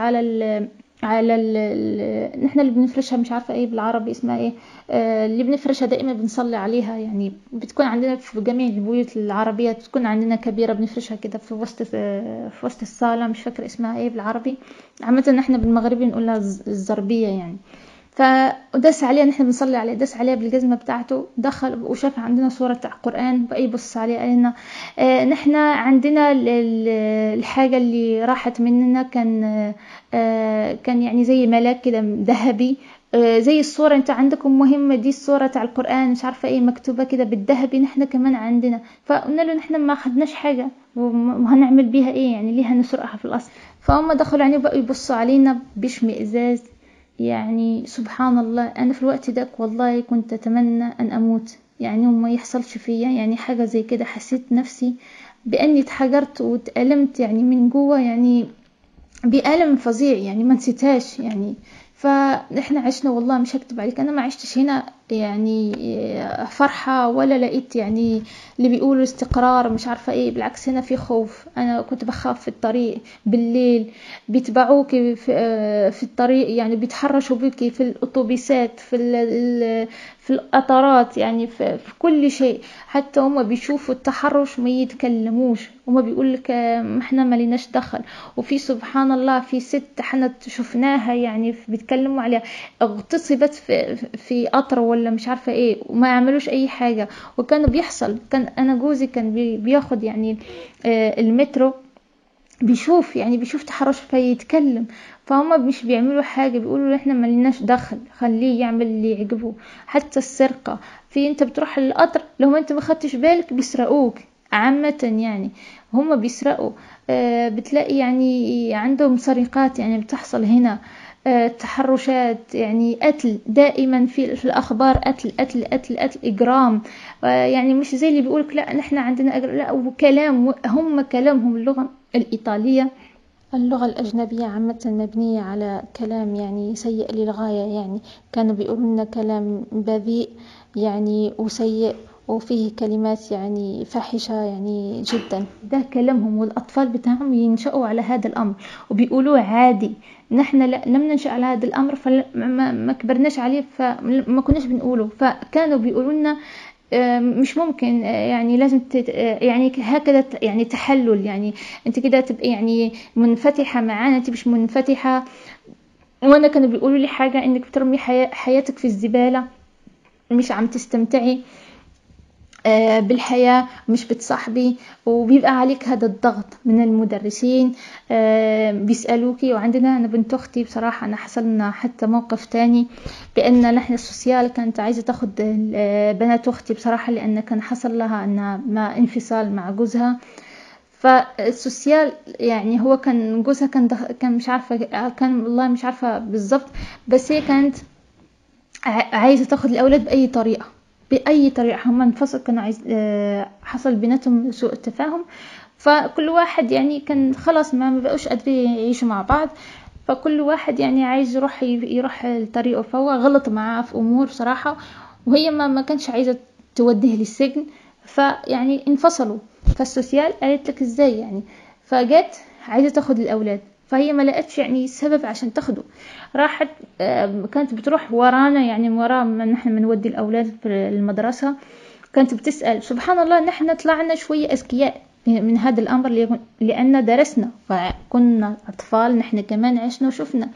نحن اللي بنفرشها مش عارفة ايه بالعربي اسمها ايه، اللي بنفرشها دائما بنصلي عليها يعني، بتكون عندنا في جميع البيوت العربية، بتكون عندنا كبيرة بنفرشها كده في وسط الصالة، مش فاكرة اسمها ايه بالعربي، عامة نحن بالمغربي نقولها الزربية يعني. فداس عليها، نحن بنصلي عليه، داس عليها بالجزمة بتاعته، دخل وشاف عندنا صورة قرآن، بقى يبص عليها قال لنا نحن عندنا الحاجة اللي راحت مننا كان يعني زي ملاك كده ذهبي، زي الصورة انت عندكم مهمة دي الصورة تاع القرآن مش عارفة ايه مكتوبة كده بالذهبي، نحن كمان عندنا. فقلنا له نحن ما خدناش حاجة وهنعمل بيها ايه يعني، ليه هنسرقها في الأصل. فهم دخلوا يعني بقوا يبصوا علينا باشمئزاز يعني. سبحان الله أنا في الوقت ده والله كنت أتمنى أن أموت يعني وما يحصلش فيا يعني حاجة زي كده. حسيت نفسي بأني اتحجرت واتألمت يعني من جوه يعني بألم فظيع يعني ما نسيتهاش يعني. فإحنا عشنا، والله مش هكتب عليك أنا ما عشتش هنا يعني فرحة، ولا لقيت يعني اللي بيقولوا استقرار مش عارفة إيه. بالعكس هنا في خوف. أنا كنت بخاف في الطريق بالليل، بيتبعوك في الطريق، يعني بيتحرشوا بك في الأتوبيسات، في القطارات، يعني في كل شيء. حتى هم بيشوفوا التحرش ما يتكلموش، هم بيقول لك احنا ما لناش دخل. وفي سبحان الله في ست احنا شفناها يعني بيتكلموا عليها اغتصبت في قطر ولا مش عارفة ايه، وما يعملوش اي حاجة. وكانوا بيحصل، كان انا جوزي كان بياخد يعني المترو، بيشوف تحرش فيتكلم. فهم مش بيعملوا حاجة، بيقولوا احنا ملناش دخل، خليه يعمل اللي يعجبه. حتى السرقة، انت بتروح القطر لو ما انت ما خدتش بالك بيسرقوك عامة يعني. هم بيسرقوا. بتلاقي يعني عندهم سرقات يعني بتحصل هنا. تحرشات، يعني قتل دائما في الأخبار، قتل قتل قتل قتل، إجرام. يعني مش زي اللي بيقولك لا نحن عندنا أجر، لا. وكلام، هم كلامهم اللغة الإيطالية، اللغة الأجنبية عامة مبنية على كلام يعني سيء للغاية. يعني كانوا بيقولوا لنا كلام بذيء يعني وسيء، وفيه كلمات يعني فاحشة يعني جدا. ده كلامهم، والأطفال بتاعهم ينشأوا على هذا الأمر وبيقولوه عادي. نحن لم ننشأ على هذا الأمر، فما كبرناش عليه، فما كناش بنقوله. فكانوا بيقولوا لنا مش ممكن، يعني لازم يعني هكذا يعني تحلل، يعني انت كده تبقى يعني منفتحة معانا، انت مش منفتحة. وانا كانوا بيقولوا لي حاجة، انك بترمي حياتك في الزبالة، مش عم تستمتعي بالحياة، مش بتصاحبي. وبيبقى عليك هذا الضغط من المدرسين، بيسألوكي. وعندنا أنا بنت أختي بصراحة أنا حصلنا حتى موقف تاني، بأن نحن السوسيال كانت عايزة تاخد بنات أختي بصراحة، لأن كان حصل لها أنها ما انفصال مع جوزها. فالسوسيال يعني هو كان جوزها كان مش عارفة، كان والله مش عارفة بالضبط، بس هي كانت عايزة تاخد الأولاد بأي طريقة. هم انفصل، كانوا حصل بيناتهم سوء التفاهم. فكل واحد يعني كان خلاص ما بقوش قادرين يعيشوا مع بعض، فكل واحد يعني عايز يروح لطريقه. فهو غلط معاه في أمور صراحة، وهي ما كانش عايزة توديه للسجن، فيعني انفصلوا. فالسوسيال قالت لك ازاي يعني؟ فجت عايزة تاخد الأولاد، فهي ما لقتش يعني سبب عشان تاخده. راحت كانت بتروح ورانا، يعني ورا ما نحن بنودي الأولاد في المدرسة. كانت بتسأل. سبحان الله نحن طلعنا شوية أذكياء من هذا الأمر، لأن درسنا، فكنا أطفال نحن كمان عشنا وشفنا.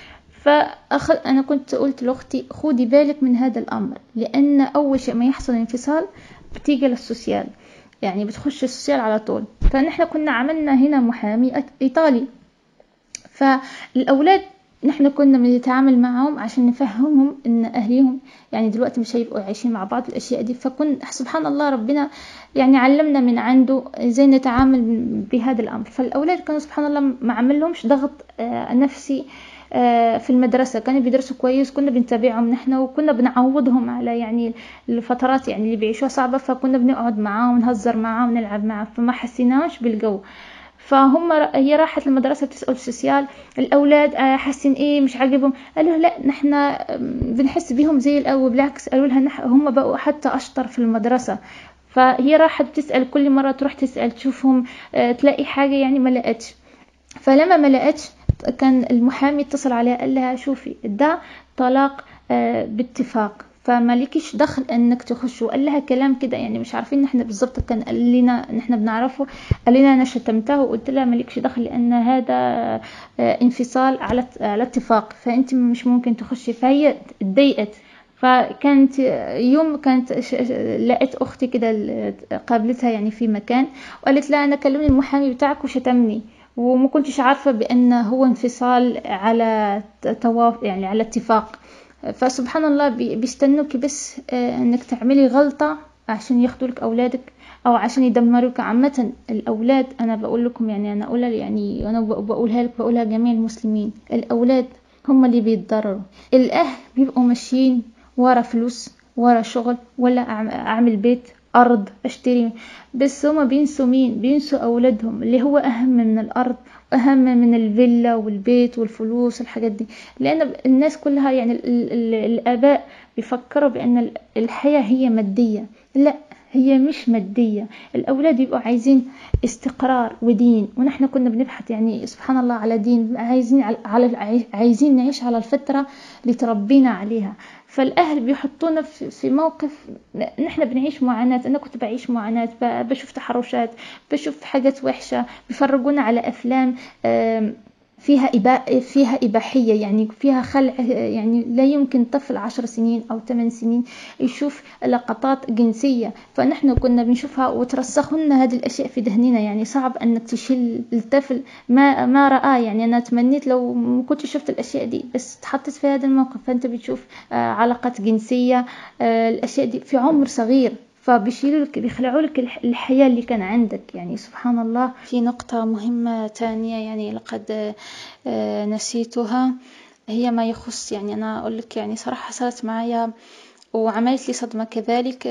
أنا كنت قلت لأختي خدي بالك من هذا الأمر، لأن أول شيء ما يحصل انفصال بتيجي للسوسيال، يعني بتخش السوسيال على طول. فنحن كنا عملنا هنا محامي إيطالي، فالأولاد نحن كنا بنتعامل معهم عشان نفهمهم ان اهليهم يعني دلوقتي مش هيبقوا عايشين مع بعض الاشياء دي. فكن سبحان الله ربنا يعني علمنا من عنده ازاي نتعامل بهذا الامر. فالاولاد كانوا سبحان الله ما عملهمش ضغط نفسي في المدرسة، كانوا بيدرسوا كويس، كنا بنتابعهم نحن، وكنا بنعوضهم على يعني الفترات يعني اللي بيعيشوها صعبة. فكنا بنقعد معاهم ونهزر معاهم ونلعب معاهم، فما حسيناش بالجو. هي راحت المدرسة تسأل السوسيال الأولاد حاسين إيه مش عاجبهم. قالوا لا نحن بنحس بيهم زي الأول، بالعكس قالوا لها هم بقوا حتى أشطر في المدرسة. فهي راحت تسأل كل مرة، تروح تسأل تشوفهم تلاقي حاجة، يعني ما لقتش. فلما ما لقتش كان المحامي اتصل عليها قال لها شوفي ده طلاق باتفاق، فمالكيش دخل انك تخش. وقال لها كلام كده يعني مش عارفين نحن بالضبط، كان قال لنا نحن بنعرفه. قال لنا انا شتمته وقلت لها مالكش دخل، لان هذا انفصال على اتفاق، فانت مش ممكن تخشي. فهي اتضايقت. فكانت يوم لقيت اختي كده قابلتها يعني في مكان، وقالت لها انا كلمني المحامي بتاعك وشتمني، وما كنتش عارفة بأن هو انفصال على يعني على اتفاق. فسبحان الله بيستنوك بس انك تعملي غلطة عشان ياخدولك أولادك أو عشان يدمروك. عامة الأولاد أنا بقول لكم، يعني أنا أقولها يعني أنا بقولها لك، بقولها جميع المسلمين، الأولاد هم اللي بيتضرروا. الأهل بيبقوا ماشيين ورا فلوس، ورا شغل، ولا أعمل بيت، أرض، أشتري. بس هما بينسوا مين؟ بينسوا أولادهم، اللي هو أهم من الأرض، أهم من الفيلا والبيت والفلوس والحاجات دي. لأن الناس كلها يعني الآباء بيفكروا بأن الحياة هي مادية. لا، هي مش مادية. الأولاد يبقوا عايزين استقرار ودين، ونحن كنا بنبحث يعني سبحان الله على دين، عايزين نعيش على الفطرة اللي تربينا عليها. فالأهل بيحطونا في موقف نحن بنعيش معاناة. أنا كنت بعيش معاناة، بشوف تحرشات، بشوف حاجات وحشة، بيفرجونا على أفلام فيها إباحية، يعني فيها خلع. يعني لا يمكن طفل 10 سنين أو 8 سنين يشوف لقطات جنسية. فنحن كنا بنشوفها وترسخن هذه الأشياء في ذهننا. يعني صعب أنك تشيل الطفل ما رآه. يعني أنا تمنيت لو كنت شفت الأشياء دي، بس تحطت في هذا الموقف. فأنت بتشوف علاقات جنسية، الأشياء دي في عمر صغير، فبيشيلوا لك، بيخلعوا لك الحياة اللي كان عندك. يعني سبحان الله. في نقطة مهمة تانية يعني لقد نسيتها، هي ما يخص، يعني أنا أقول لك يعني صراحة حصلت معايا وعملت لي صدمة كذلك.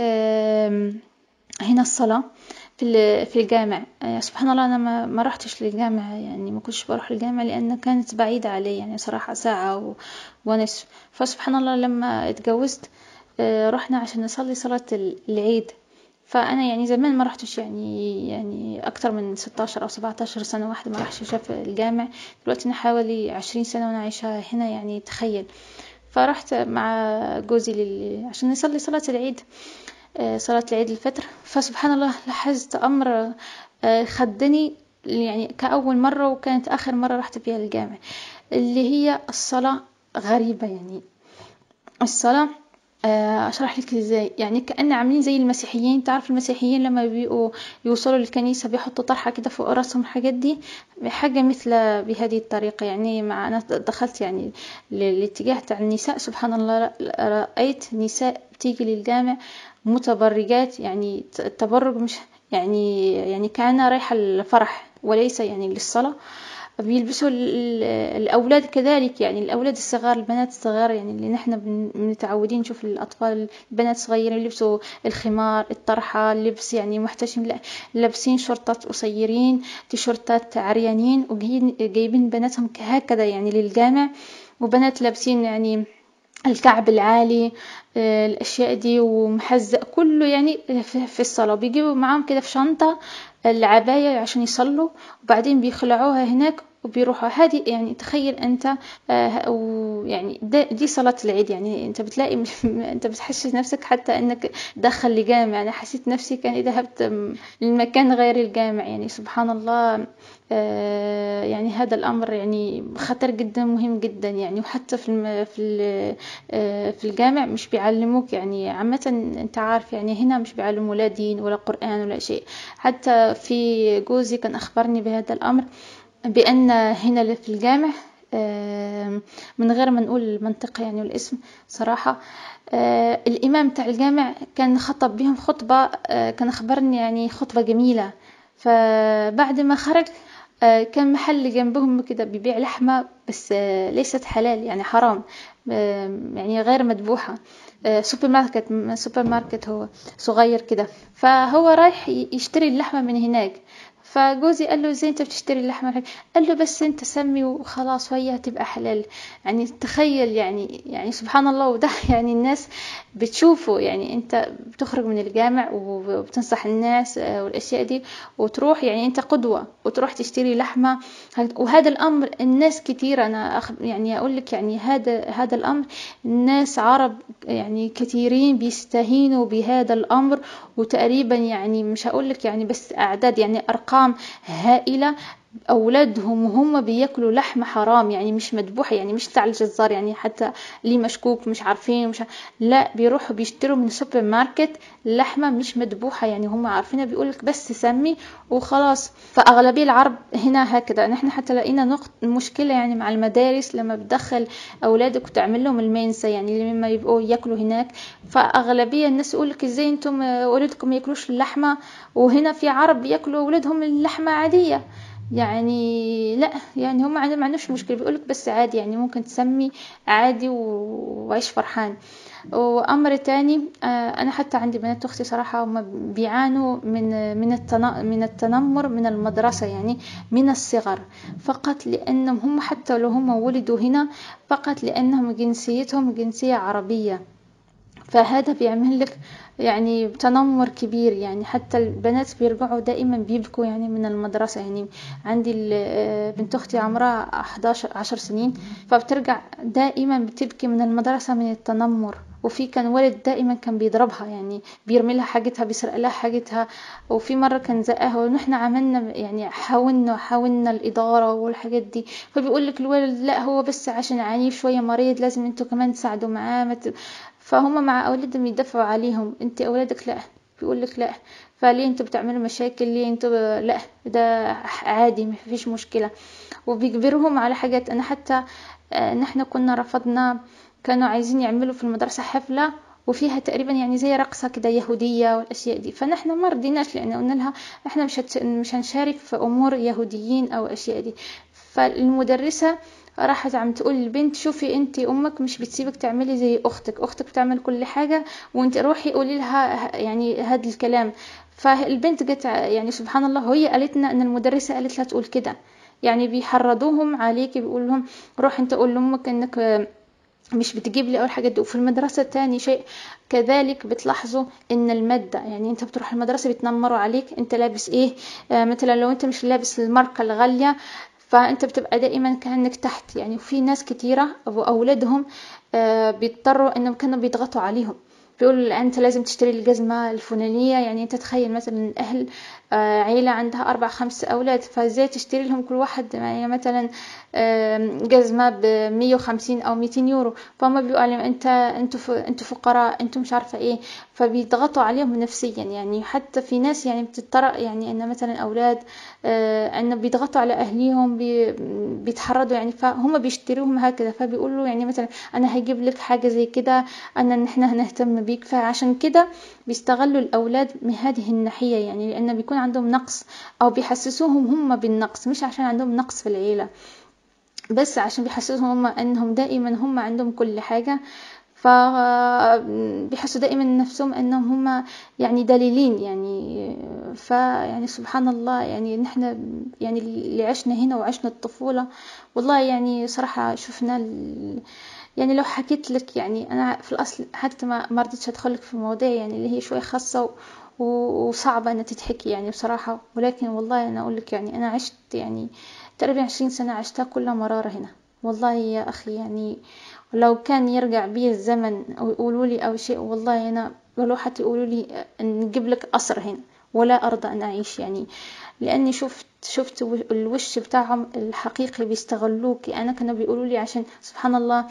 هنا الصلاة في الجامع. سبحان الله، أنا ما رحتش للجامع، يعني ما كنتش بروح للجامع لأن كانت بعيدة علي، يعني صراحة ساعة ونصف. فسبحان الله لما اتجوزت رحنا عشان نصلي صلاة العيد. فأنا يعني زمان ما رحتش، يعني أكتر من 16 أو 17 سنة واحدة ما رحتش شاف الجامع. دلوقتي أنا حوالي 20 سنة وأنا عايشة هنا، يعني تخيل. فرحت مع جوزي عشان نصلي صلاة العيد، صلاة العيد الفطر. فسبحان الله لاحظت أمر خدني يعني كأول مرة، وكانت آخر مرة رحت فيها الجامع، اللي هي الصلاة غريبة. يعني الصلاة أشرح لك إزاي. يعني كأن عاملين زي المسيحيين. تعرف المسيحيين لما بيبقوا يوصلوا للكنيسة بيحطوا طرحة كده فوق راسهم، الحاجات دي حاجة مثل بهذه الطريقة. يعني مع أنا دخلت يعني الاتجاه تاع النساء، سبحان الله رأيت نساء بتيجي للجامع متبرجات. يعني التبرج مش يعني كأنها رايحة الفرح وليس يعني للصلاة. بيلبسوا الأولاد كذلك، يعني الأولاد الصغار، البنات الصغار، يعني اللي نحن متعودين نشوف الأطفال البنات الصغيرين يلبسوا الخمار، الطرحة، اللبس يعني محتشم. لا، لابسين شرطات قصيرين، تيشرتات عريانين، وجايبين بناتهم هكذا يعني للجامع. وبنات لابسين يعني الكعب العالي، الأشياء دي، ومحزق كله يعني في الصلاة. بيجيبوا معاهم كده في شنطة العباية عشان يصلوا، وبعدين بيخلعوها هناك وبيروحوا. هذه يعني تخيل أنت ويعني دي صلاة العيد. يعني أنت بتلاقي أنت بتحسس نفسك حتى أنك دخل لجامع. أنا حسيت نفسي كان ذهبت للمكان غير الجامع. يعني سبحان الله. يعني هذا الأمر يعني خطر جدا، مهم جدا. يعني وحتى في الجامع مش بيعلموك يعني عامة. أنت عارف يعني هنا مش بيعلموا لا دين ولا قرآن ولا شيء. حتى في جوزي كان أخبرني بهذا الأمر، بأن هنا في الجامع من غير ما نقول المنطقة يعني والاسم صراحة، الإمام تاع الجامع كان خطب بهم خطبة، كان أخبرني يعني خطبة جميلة. فبعد ما خرج كان محل جنبهم كده بيبيع لحمة، بس ليست حلال، يعني حرام، يعني غير مذبوحة. سوبر ماركت هو صغير كده. فهو رايح يشتري اللحمة من هناك. فجوزي قال له: زي انت بتشتري اللحمة؟ قال له: بس انت سمي وخلاص وهي هتبقى حلال. يعني تخيل، يعني سبحان الله. وده يعني الناس بتشوفه. يعني انت بتخرج من الجامع وبتنصح الناس والاشياء دي، وتروح يعني انت قدوة وتروح تشتري لحمة. وهذا الامر الناس كتير، انا يعني اقول لك يعني هذا الامر الناس عرب يعني كثيرين بيستهينوا بهذا الامر. وتقريبا يعني مش هقول لك يعني بس اعداد، يعني ارقام هائلة أولادهم وهم بياكلوا لحم حرام، يعني مش مذبوحة، يعني مش تاع الجزار، يعني حتى ليه مشكوك مش عارفين لا، بيروحوا بيشتروا من سوبر ماركت لحمة مش مذبوحة. يعني هم عارفينها، بيقولك بس سمي وخلاص. فأغلبية العرب هنا هكذا. نحن حتى لقينا مشكلة يعني مع المدارس لما بتدخل أولادك وتعمل لهم المنسى، يعني لما يبقوا ياكلوا هناك. فأغلبية الناس يقولك: إزاي أنتم أولادكم ياكلوش اللحمة، وهنا في عرب ياكلوا أولادهم اللحمة عادية. يعني لا، يعني هم ما عندهمش مشكلة، بيقولك بس عادي يعني ممكن تسمي عادي وعيش فرحان. وأمر تاني، أنا حتى عندي بنات أختي صراحة هم بيعانوا من التنمر من المدرسة، يعني من الصغر، فقط لأنهم هم حتى لو هم ولدوا هنا فقط لأنهم جنسيتهم جنسية عربية، فهذا بيعمل لك يعني تنمر كبير. يعني حتى البنات بيرجعوا دائما بيبكوا يعني من المدرسة. يعني عندي بنت أختي عمرها 11 10 سنين، فبترجع دائما بتبكي من المدرسة من التنمر. وفي كان ولد دائما كان بيضربها، يعني بيرمي لها حاجتها، بيسرق لها حاجتها. وفي مرة كان زقها، ونحن عملنا يعني حاولنا الإدارة والحاجات دي. فبيقول لك الولد لا، هو بس عشان عنيف شوية مريض لازم انتوا كمان تساعدوا معاه. فهم مع أولادهم يدفعوا عليهم، انت أولادك لا، بيقول لك لا، فليه انتوا بتعملوا مشاكل؟ ليه انتوا لا، ده عادي ما فيش مشكلة. وبيجبرهم على حاجات. انا حتى نحن كنا رفضنا، كانوا عايزين يعملوا في المدرسة حفلة وفيها تقريبا يعني زي رقصة كده يهودية والأشياء دي، فنحن ما رضيناش، لأن قلنا لها احنا مش هنشارك في أمور يهوديين أو أشياء دي. فالمدرسة راحت عم تقول للبنت شوفي انت امك مش بتسيبك تعملي زي اختك بتعمل كل حاجة، وانت روحي قولي لها يعني هذا الكلام. فالبنت جت يعني سبحان الله، هي قالت لنا ان المدرسة قالت لها تقول كده. يعني بيحرضوهم عليكي، بيقول لهم روح انت قول لامك انك مش بتجيب لي اول حاجات دي. وفي المدرسة تاني شيء كذلك بتلاحظوا ان المادة، يعني انت بتروح المدرسة بيتنمروا عليك انت لابس ايه. مثلا لو انت مش لابس الماركة الغالية فانت بتبقى دائما كأنك تحت. يعني في ناس كتيرة واولادهم بيضطروا انهم كانوا بيضغطوا عليهم، بيقول انت لازم تشتري الجزمة الفلانية. يعني انت تخيل مثلا اهل عيلة عندها 4 5 اولاد، فازاي تشتري لهم كل واحد يعني مثلا جزمة ب150 او 200 يورو؟ فهم بيقولوا عليهم انتوا فقراء، انتوا مش عارفة ايه. فبيضغطوا عليهم نفسيا. يعني حتى في ناس يعني بتضطر، يعني ان مثلا اولاد ان بيضغطوا على اهليهم، بيتحرضوا يعني، فهم بيشتروهم هكذا. فبيقولوا يعني مثلا انا هجيب لك حاجة زي كده، ان احنا هنهتم بيك. فعشان كده بيستغلوا الاولاد من هذه الناحية، يعني لان بيكون عندهم نقص، او بيحسسوهم هم بالنقص، مش عشان عندهم نقص في العيلة، بس عشان بيحسسهم هم انهم دائما هم عندهم كل حاجة. فبيحسوا دائما نفسهم انهم هم يعني دليلين يعني. فيعني سبحان الله، يعني نحن يعني اللي عشنا هنا وعشنا الطفولة، والله يعني صراحة شفنا يعني لو حكيت لك، يعني انا في الاصل حتى ما رضيتش ادخل لك في مواضيع يعني اللي هي شوية خاصة وصعبة انها تتحكي يعني بصراحة. ولكن والله انا اقول لك يعني انا عشت يعني تقريبا 20 سنة عشتها كلها مرارة هنا. والله يا أخي يعني لو كان يرجع بي الزمن أو يقولوا لي أو شيء، والله أنا ولو حتى يقولوا لي نجيب لك قصر هنا ولا أرضى أن أعيش. يعني لأني شفت الوش بتاعهم الحقيقي بيستغلوك. أنا كانوا بيقولوا لي عشان سبحان الله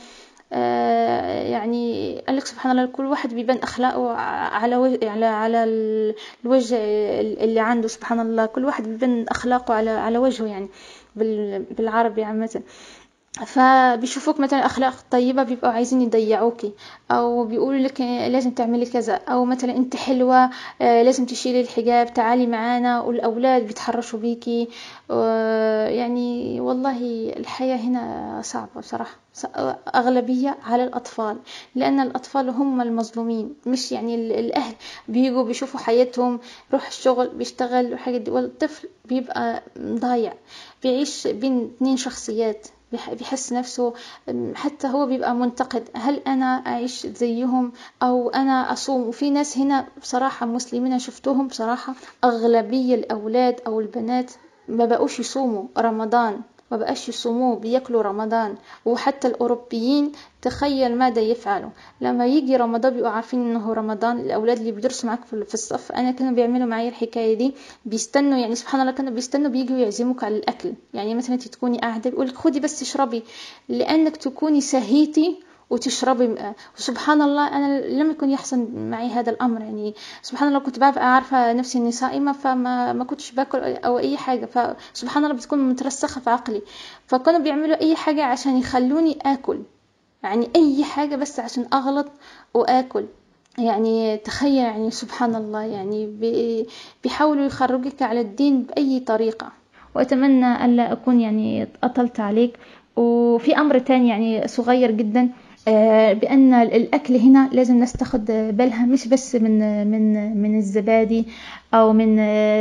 يعني قال لك سبحان الله كل واحد بيبان أخلاقه على الوجه اللي عنده. سبحان الله كل واحد بيبان أخلاقه على وجهه، يعني بالعربي عامة. فبيشوفوك مثلا اخلاق طيبه بيبقوا عايزين يضيعوكي، او بيقولوا لك لازم تعملي كذا، او مثلا انت حلوه لازم تشيلي الحجاب تعالي معانا. والاولاد بيتحرشوا بيكي. يعني والله الحياه هنا صعبه بصراحه، اغلبيه على الاطفال، لان الاطفال هم المظلومين، مش يعني الاهل بيجوا بيشوفوا حياتهم، روح الشغل بيشتغل وحاجات دي، والطفل بيبقى ضايع بيعيش بين 2 شخصيات، بيحس نفسه حتى هو بيبقى منتقد، هل أنا أعيش زيهم أو أنا أصوم. وفي ناس هنا بصراحة مسلمين شفتهم بصراحة أغلبية الأولاد أو البنات ما بقوش يصوموا رمضان، ما بقاش يصوموه، بياكلوا رمضان. وحتى الأوروبيين تخيل ماذا يفعلوا لما يجي رمضان، بيبقوا عارفين انه رمضان. الاولاد اللي بيدرسوا معاك في الصف، انا كانوا بيعملوا معايا الحكايه دي، بيستنوا يعني سبحان الله كانوا بيستنوا بيجوا يعزموك على الاكل. يعني مثلا انت تكوني قاعده بيقولك خدي بس اشربي، لانك تكوني سهيتي وتشربي. سبحان الله انا لم يكن يحصل معي هذا الامر. يعني سبحان الله كنت ببقى عارفه نفسي اني صائمه، ما كنتش باكل او اي حاجه. فسبحان الله بتكون مترسخه في عقلي، فكانوا بيعملوا اي حاجه عشان يخلوني اكل، يعني اي حاجة بس عشان اغلط واكل. يعني تخيل يعني سبحان الله، يعني بيحاولوا يخرجك على الدين باي طريقة. وأتمنى ألا أكون يعني أطلت عليك. وفي أمر تاني يعني صغير جدا، بأن الأكل هنا لازم نستخد بالها، مش بس من الزبادي أو من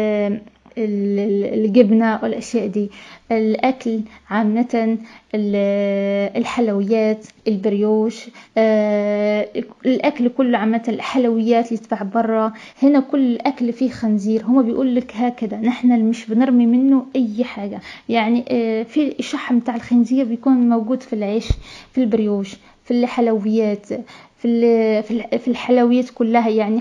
الجبنة والأشياء دي. الأكل عامة، الحلويات، البريوش، الأكل كله عامة، الحلويات اللي تباع برا. هنا كل الأكل فيه خنزير. هما بيقول لك هكذا، نحن مش بنرمي منه أي حاجة. يعني في الشحم بتاع الخنزير بيكون موجود في العيش، في البريوش، في الحلويات، في الحلويات كلها. يعني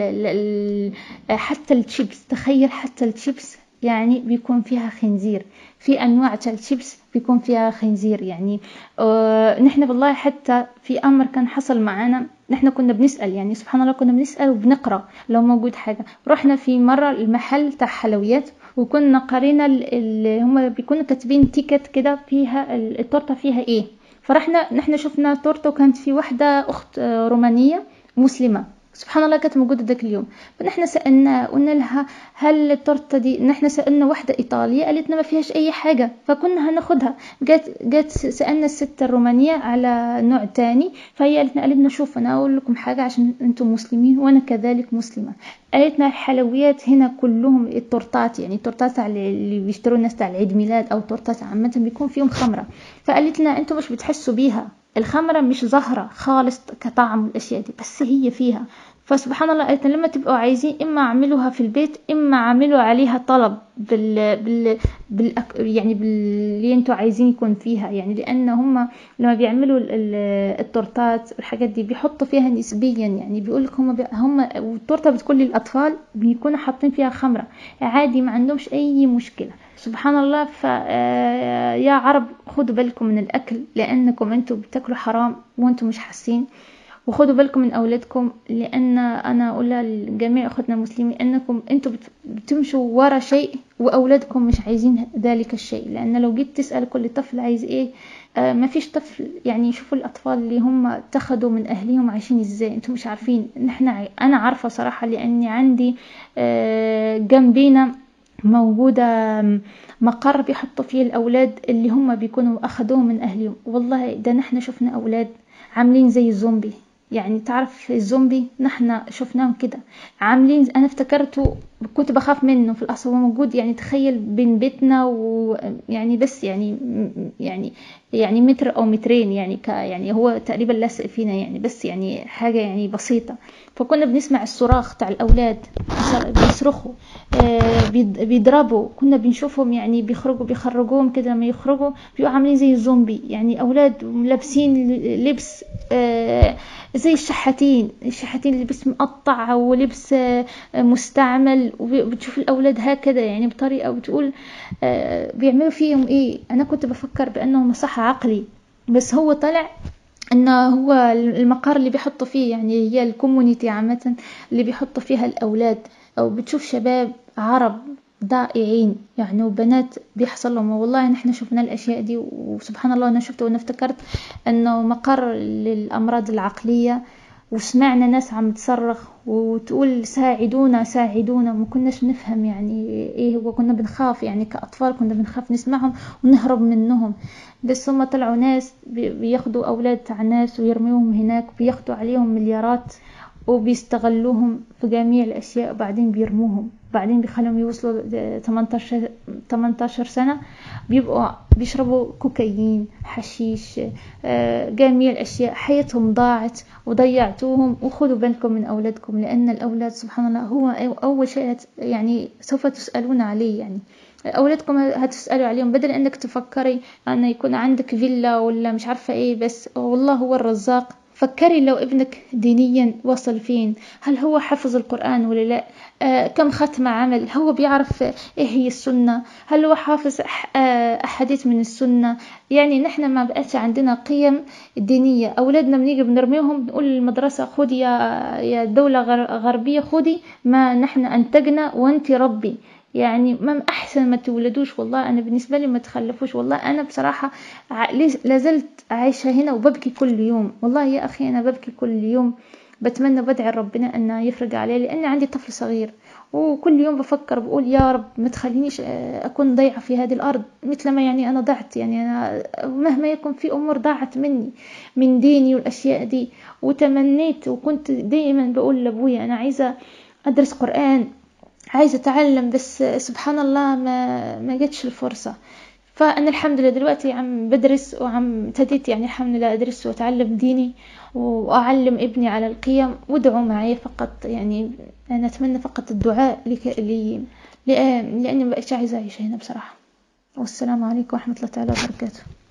حتى الشيبس، تخيل حتى الشيبس يعني بيكون فيها خنزير. في أنواع الشيبس بيكون فيها خنزير. يعني نحن والله حتى في أمر كان حصل معنا، نحن كنا بنسأل، يعني سبحان الله كنا بنسأل وبنقرأ لو موجود حاجة. رحنا في مرة المحل تاع حلويات، وكنا قرينا هم بيكونوا كاتبين تيكت كده فيها التورتة فيها ايه. فرحنا نحن شفنا تورته، وكانت في واحدة أخت رومانية مسلمة، سبحان الله كانت موجودة ذاك اليوم. فنحن سألنا، قلنا لها هل التورتة دي، نحن سألنا واحدة إيطالية قالتنا ما فيهاش أي حاجة، فكنا هناخدها. جات سألنا الست الرومانية على نوع تاني، فهي قالت لنا شوف أنا أقول لكم حاجة عشان أنتم مسلمين وأنا كذلك مسلمة. قالتنا الحلويات هنا كلهم التورتات، يعني التورتات اللي بيشتروا الناس تاع العيد ميلاد أو تورتات عامة بيكون فيهم خمرة. فقالت لنا أنتم مش بتحسوا بيها، الخمرة مش ظاهرة خالص كطعم الأشياء دي، بس هي فيها. فسبحان الله قالت لما تبقوا عايزين إما اعملوها في البيت، إما اعملوا عليها طلب يعني باللي انتوا عايزين يكون فيها. يعني لأن هم لما بيعملوا التورتات والحاجات دي بيحطوا فيها نسبيا، يعني بيقولك هم والتورتة بتكون للأطفال بيكونوا حاطين فيها خمرة عادي، ما عندهمش أي مشكلة. سبحان الله. يا عرب خدوا بالكم من الأكل، لأنكم أنتوا بتاكلوا حرام وأنتوا مش حاسين. وخدوا بالكم من أولادكم، لأن أنا أقول لجميع أخوتنا المسلمين أنكم أنتوا بتمشوا ورا شيء وأولادكم مش عايزين ذلك الشيء. لأن لو جيت تسأل كل طفل عايز إيه، ما فيش طفل. يعني شوفوا الأطفال اللي هم اتخذوا من أهلهم عايشين إزاي، أنتم مش عارفين. أنا عارفة صراحة، لأني عندي جنبينا موجودة مقر بيحطوا فيه الأولاد اللي هم بيكونوا أخذوهم من أهلهم. والله ده نحن شفنا أولاد عاملين زي الزومبي. يعني تعرف الزومبي، نحن شفناهم كده عاملين. أنا افتكرته كنت بخاف منه في الأصل، هو موجود يعني تخيل بين بيتنا ويعني بس يعني متر أو مترين، يعني هو تقريبا لازق فينا يعني، بس يعني حاجة يعني بسيطة. فكنا بنسمع الصراخ تاع الأولاد، بيصرخوا، بيضربوا. كنا بنشوفهم يعني بيخرجوهم كده، لما يخرجوا بيبقوا عاملين زي الزومبي. يعني أولاد لابسين لبس زي الشحاتين لبس مقطع ولبس مستعمل. وبتشوف الأولاد هكذا يعني بطريقة بتقول بيعملوا فيهم إيه. أنا كنت بفكر بأنه مصحة عقلي، بس هو طلع انه هو المقر اللي بيحطوا فيه، يعني هي الكومونيتي عامة اللي بيحطوا فيها الأولاد. أو بتشوف شباب عرب ضائعين يعني، وبنات بيحصل لهم. والله نحن شفنا الأشياء دي، وسبحان الله أنا شفته وأنا افتكرت أنه مقر للأمراض العقلية. وسمعنا ناس عم تصرخ وتقول ساعدونا ساعدونا، ما كناش نفهم يعني ايه هو. كنا بنخاف يعني كأطفال، كنا بنخاف نسمعهم ونهرب منهم. بس هم طلعوا ناس بياخدوا أولاد تاع ناس ويرميوهم هناك، بياخدوا عليهم مليارات وبيستغلوهم في جميع الأشياء، وبعدين بيرموهم، بعدين بيخليهم يوصلوا 18 سنة بيبقوا بيشربوا كوكايين، حشيش، جميع الأشياء. حياتهم ضاعت وضيعتوهم. وخذوا بالكم من أولادكم، لأن الأولاد سبحان الله هو أول شيء يعني سوف تسألون عليه. يعني أولادكم هتسألوا عليهم، بدل أنك تفكري أن يكون عندك فيلا ولا مش عارفة إيه. بس والله هو الرزاق. فكري لو ابنك دينيا وصل فين، هل هو حفظ القرآن ولا لا، كم ختمة عمل، هو بيعرف إيه هي السنة، هل هو حافظ أحاديث من السنة. يعني نحن ما بقاش عندنا قيم دينية. أولادنا بنيجي بنرميهم، بنقول للمدرسة خدي يا دولة غربية، خدي ما نحن أنتجنا وانت ربي. يعني ما أحسن ما تولدوش. والله أنا بالنسبة لي ما تخلفوش. والله أنا بصراحة لازلت عايشة هنا وببكي كل يوم. والله يا أخي أنا ببكي كل يوم بتمنى بدعي ربنا أن يفرج عليه، لأن عندي طفل صغير وكل يوم بفكر بقول يا رب ما تخلينيش أكون ضيعة في هذه الأرض مثل ما يعني أنا ضعت، يعني أنا مهما يكون في أمور ضاعت مني من ديني والأشياء دي، وتمنيت وكنت دائما بقول لأبويا أنا عايزة أدرس قرآن، عايزة أتعلم، بس سبحان الله ما جتش الفرصة. فأنا الحمد لله دلوقتي عم بدرس وعم ابتديت يعني الحمد لله أدرس وأتعلم ديني وأعلم ابني على القيم، وادعوا معي فقط، يعني أنا أتمنى فقط الدعاء لأني ما بقتش عايزة أعيش هنا بصراحة. والسلام عليكم ورحمة الله تعالى وبركاته.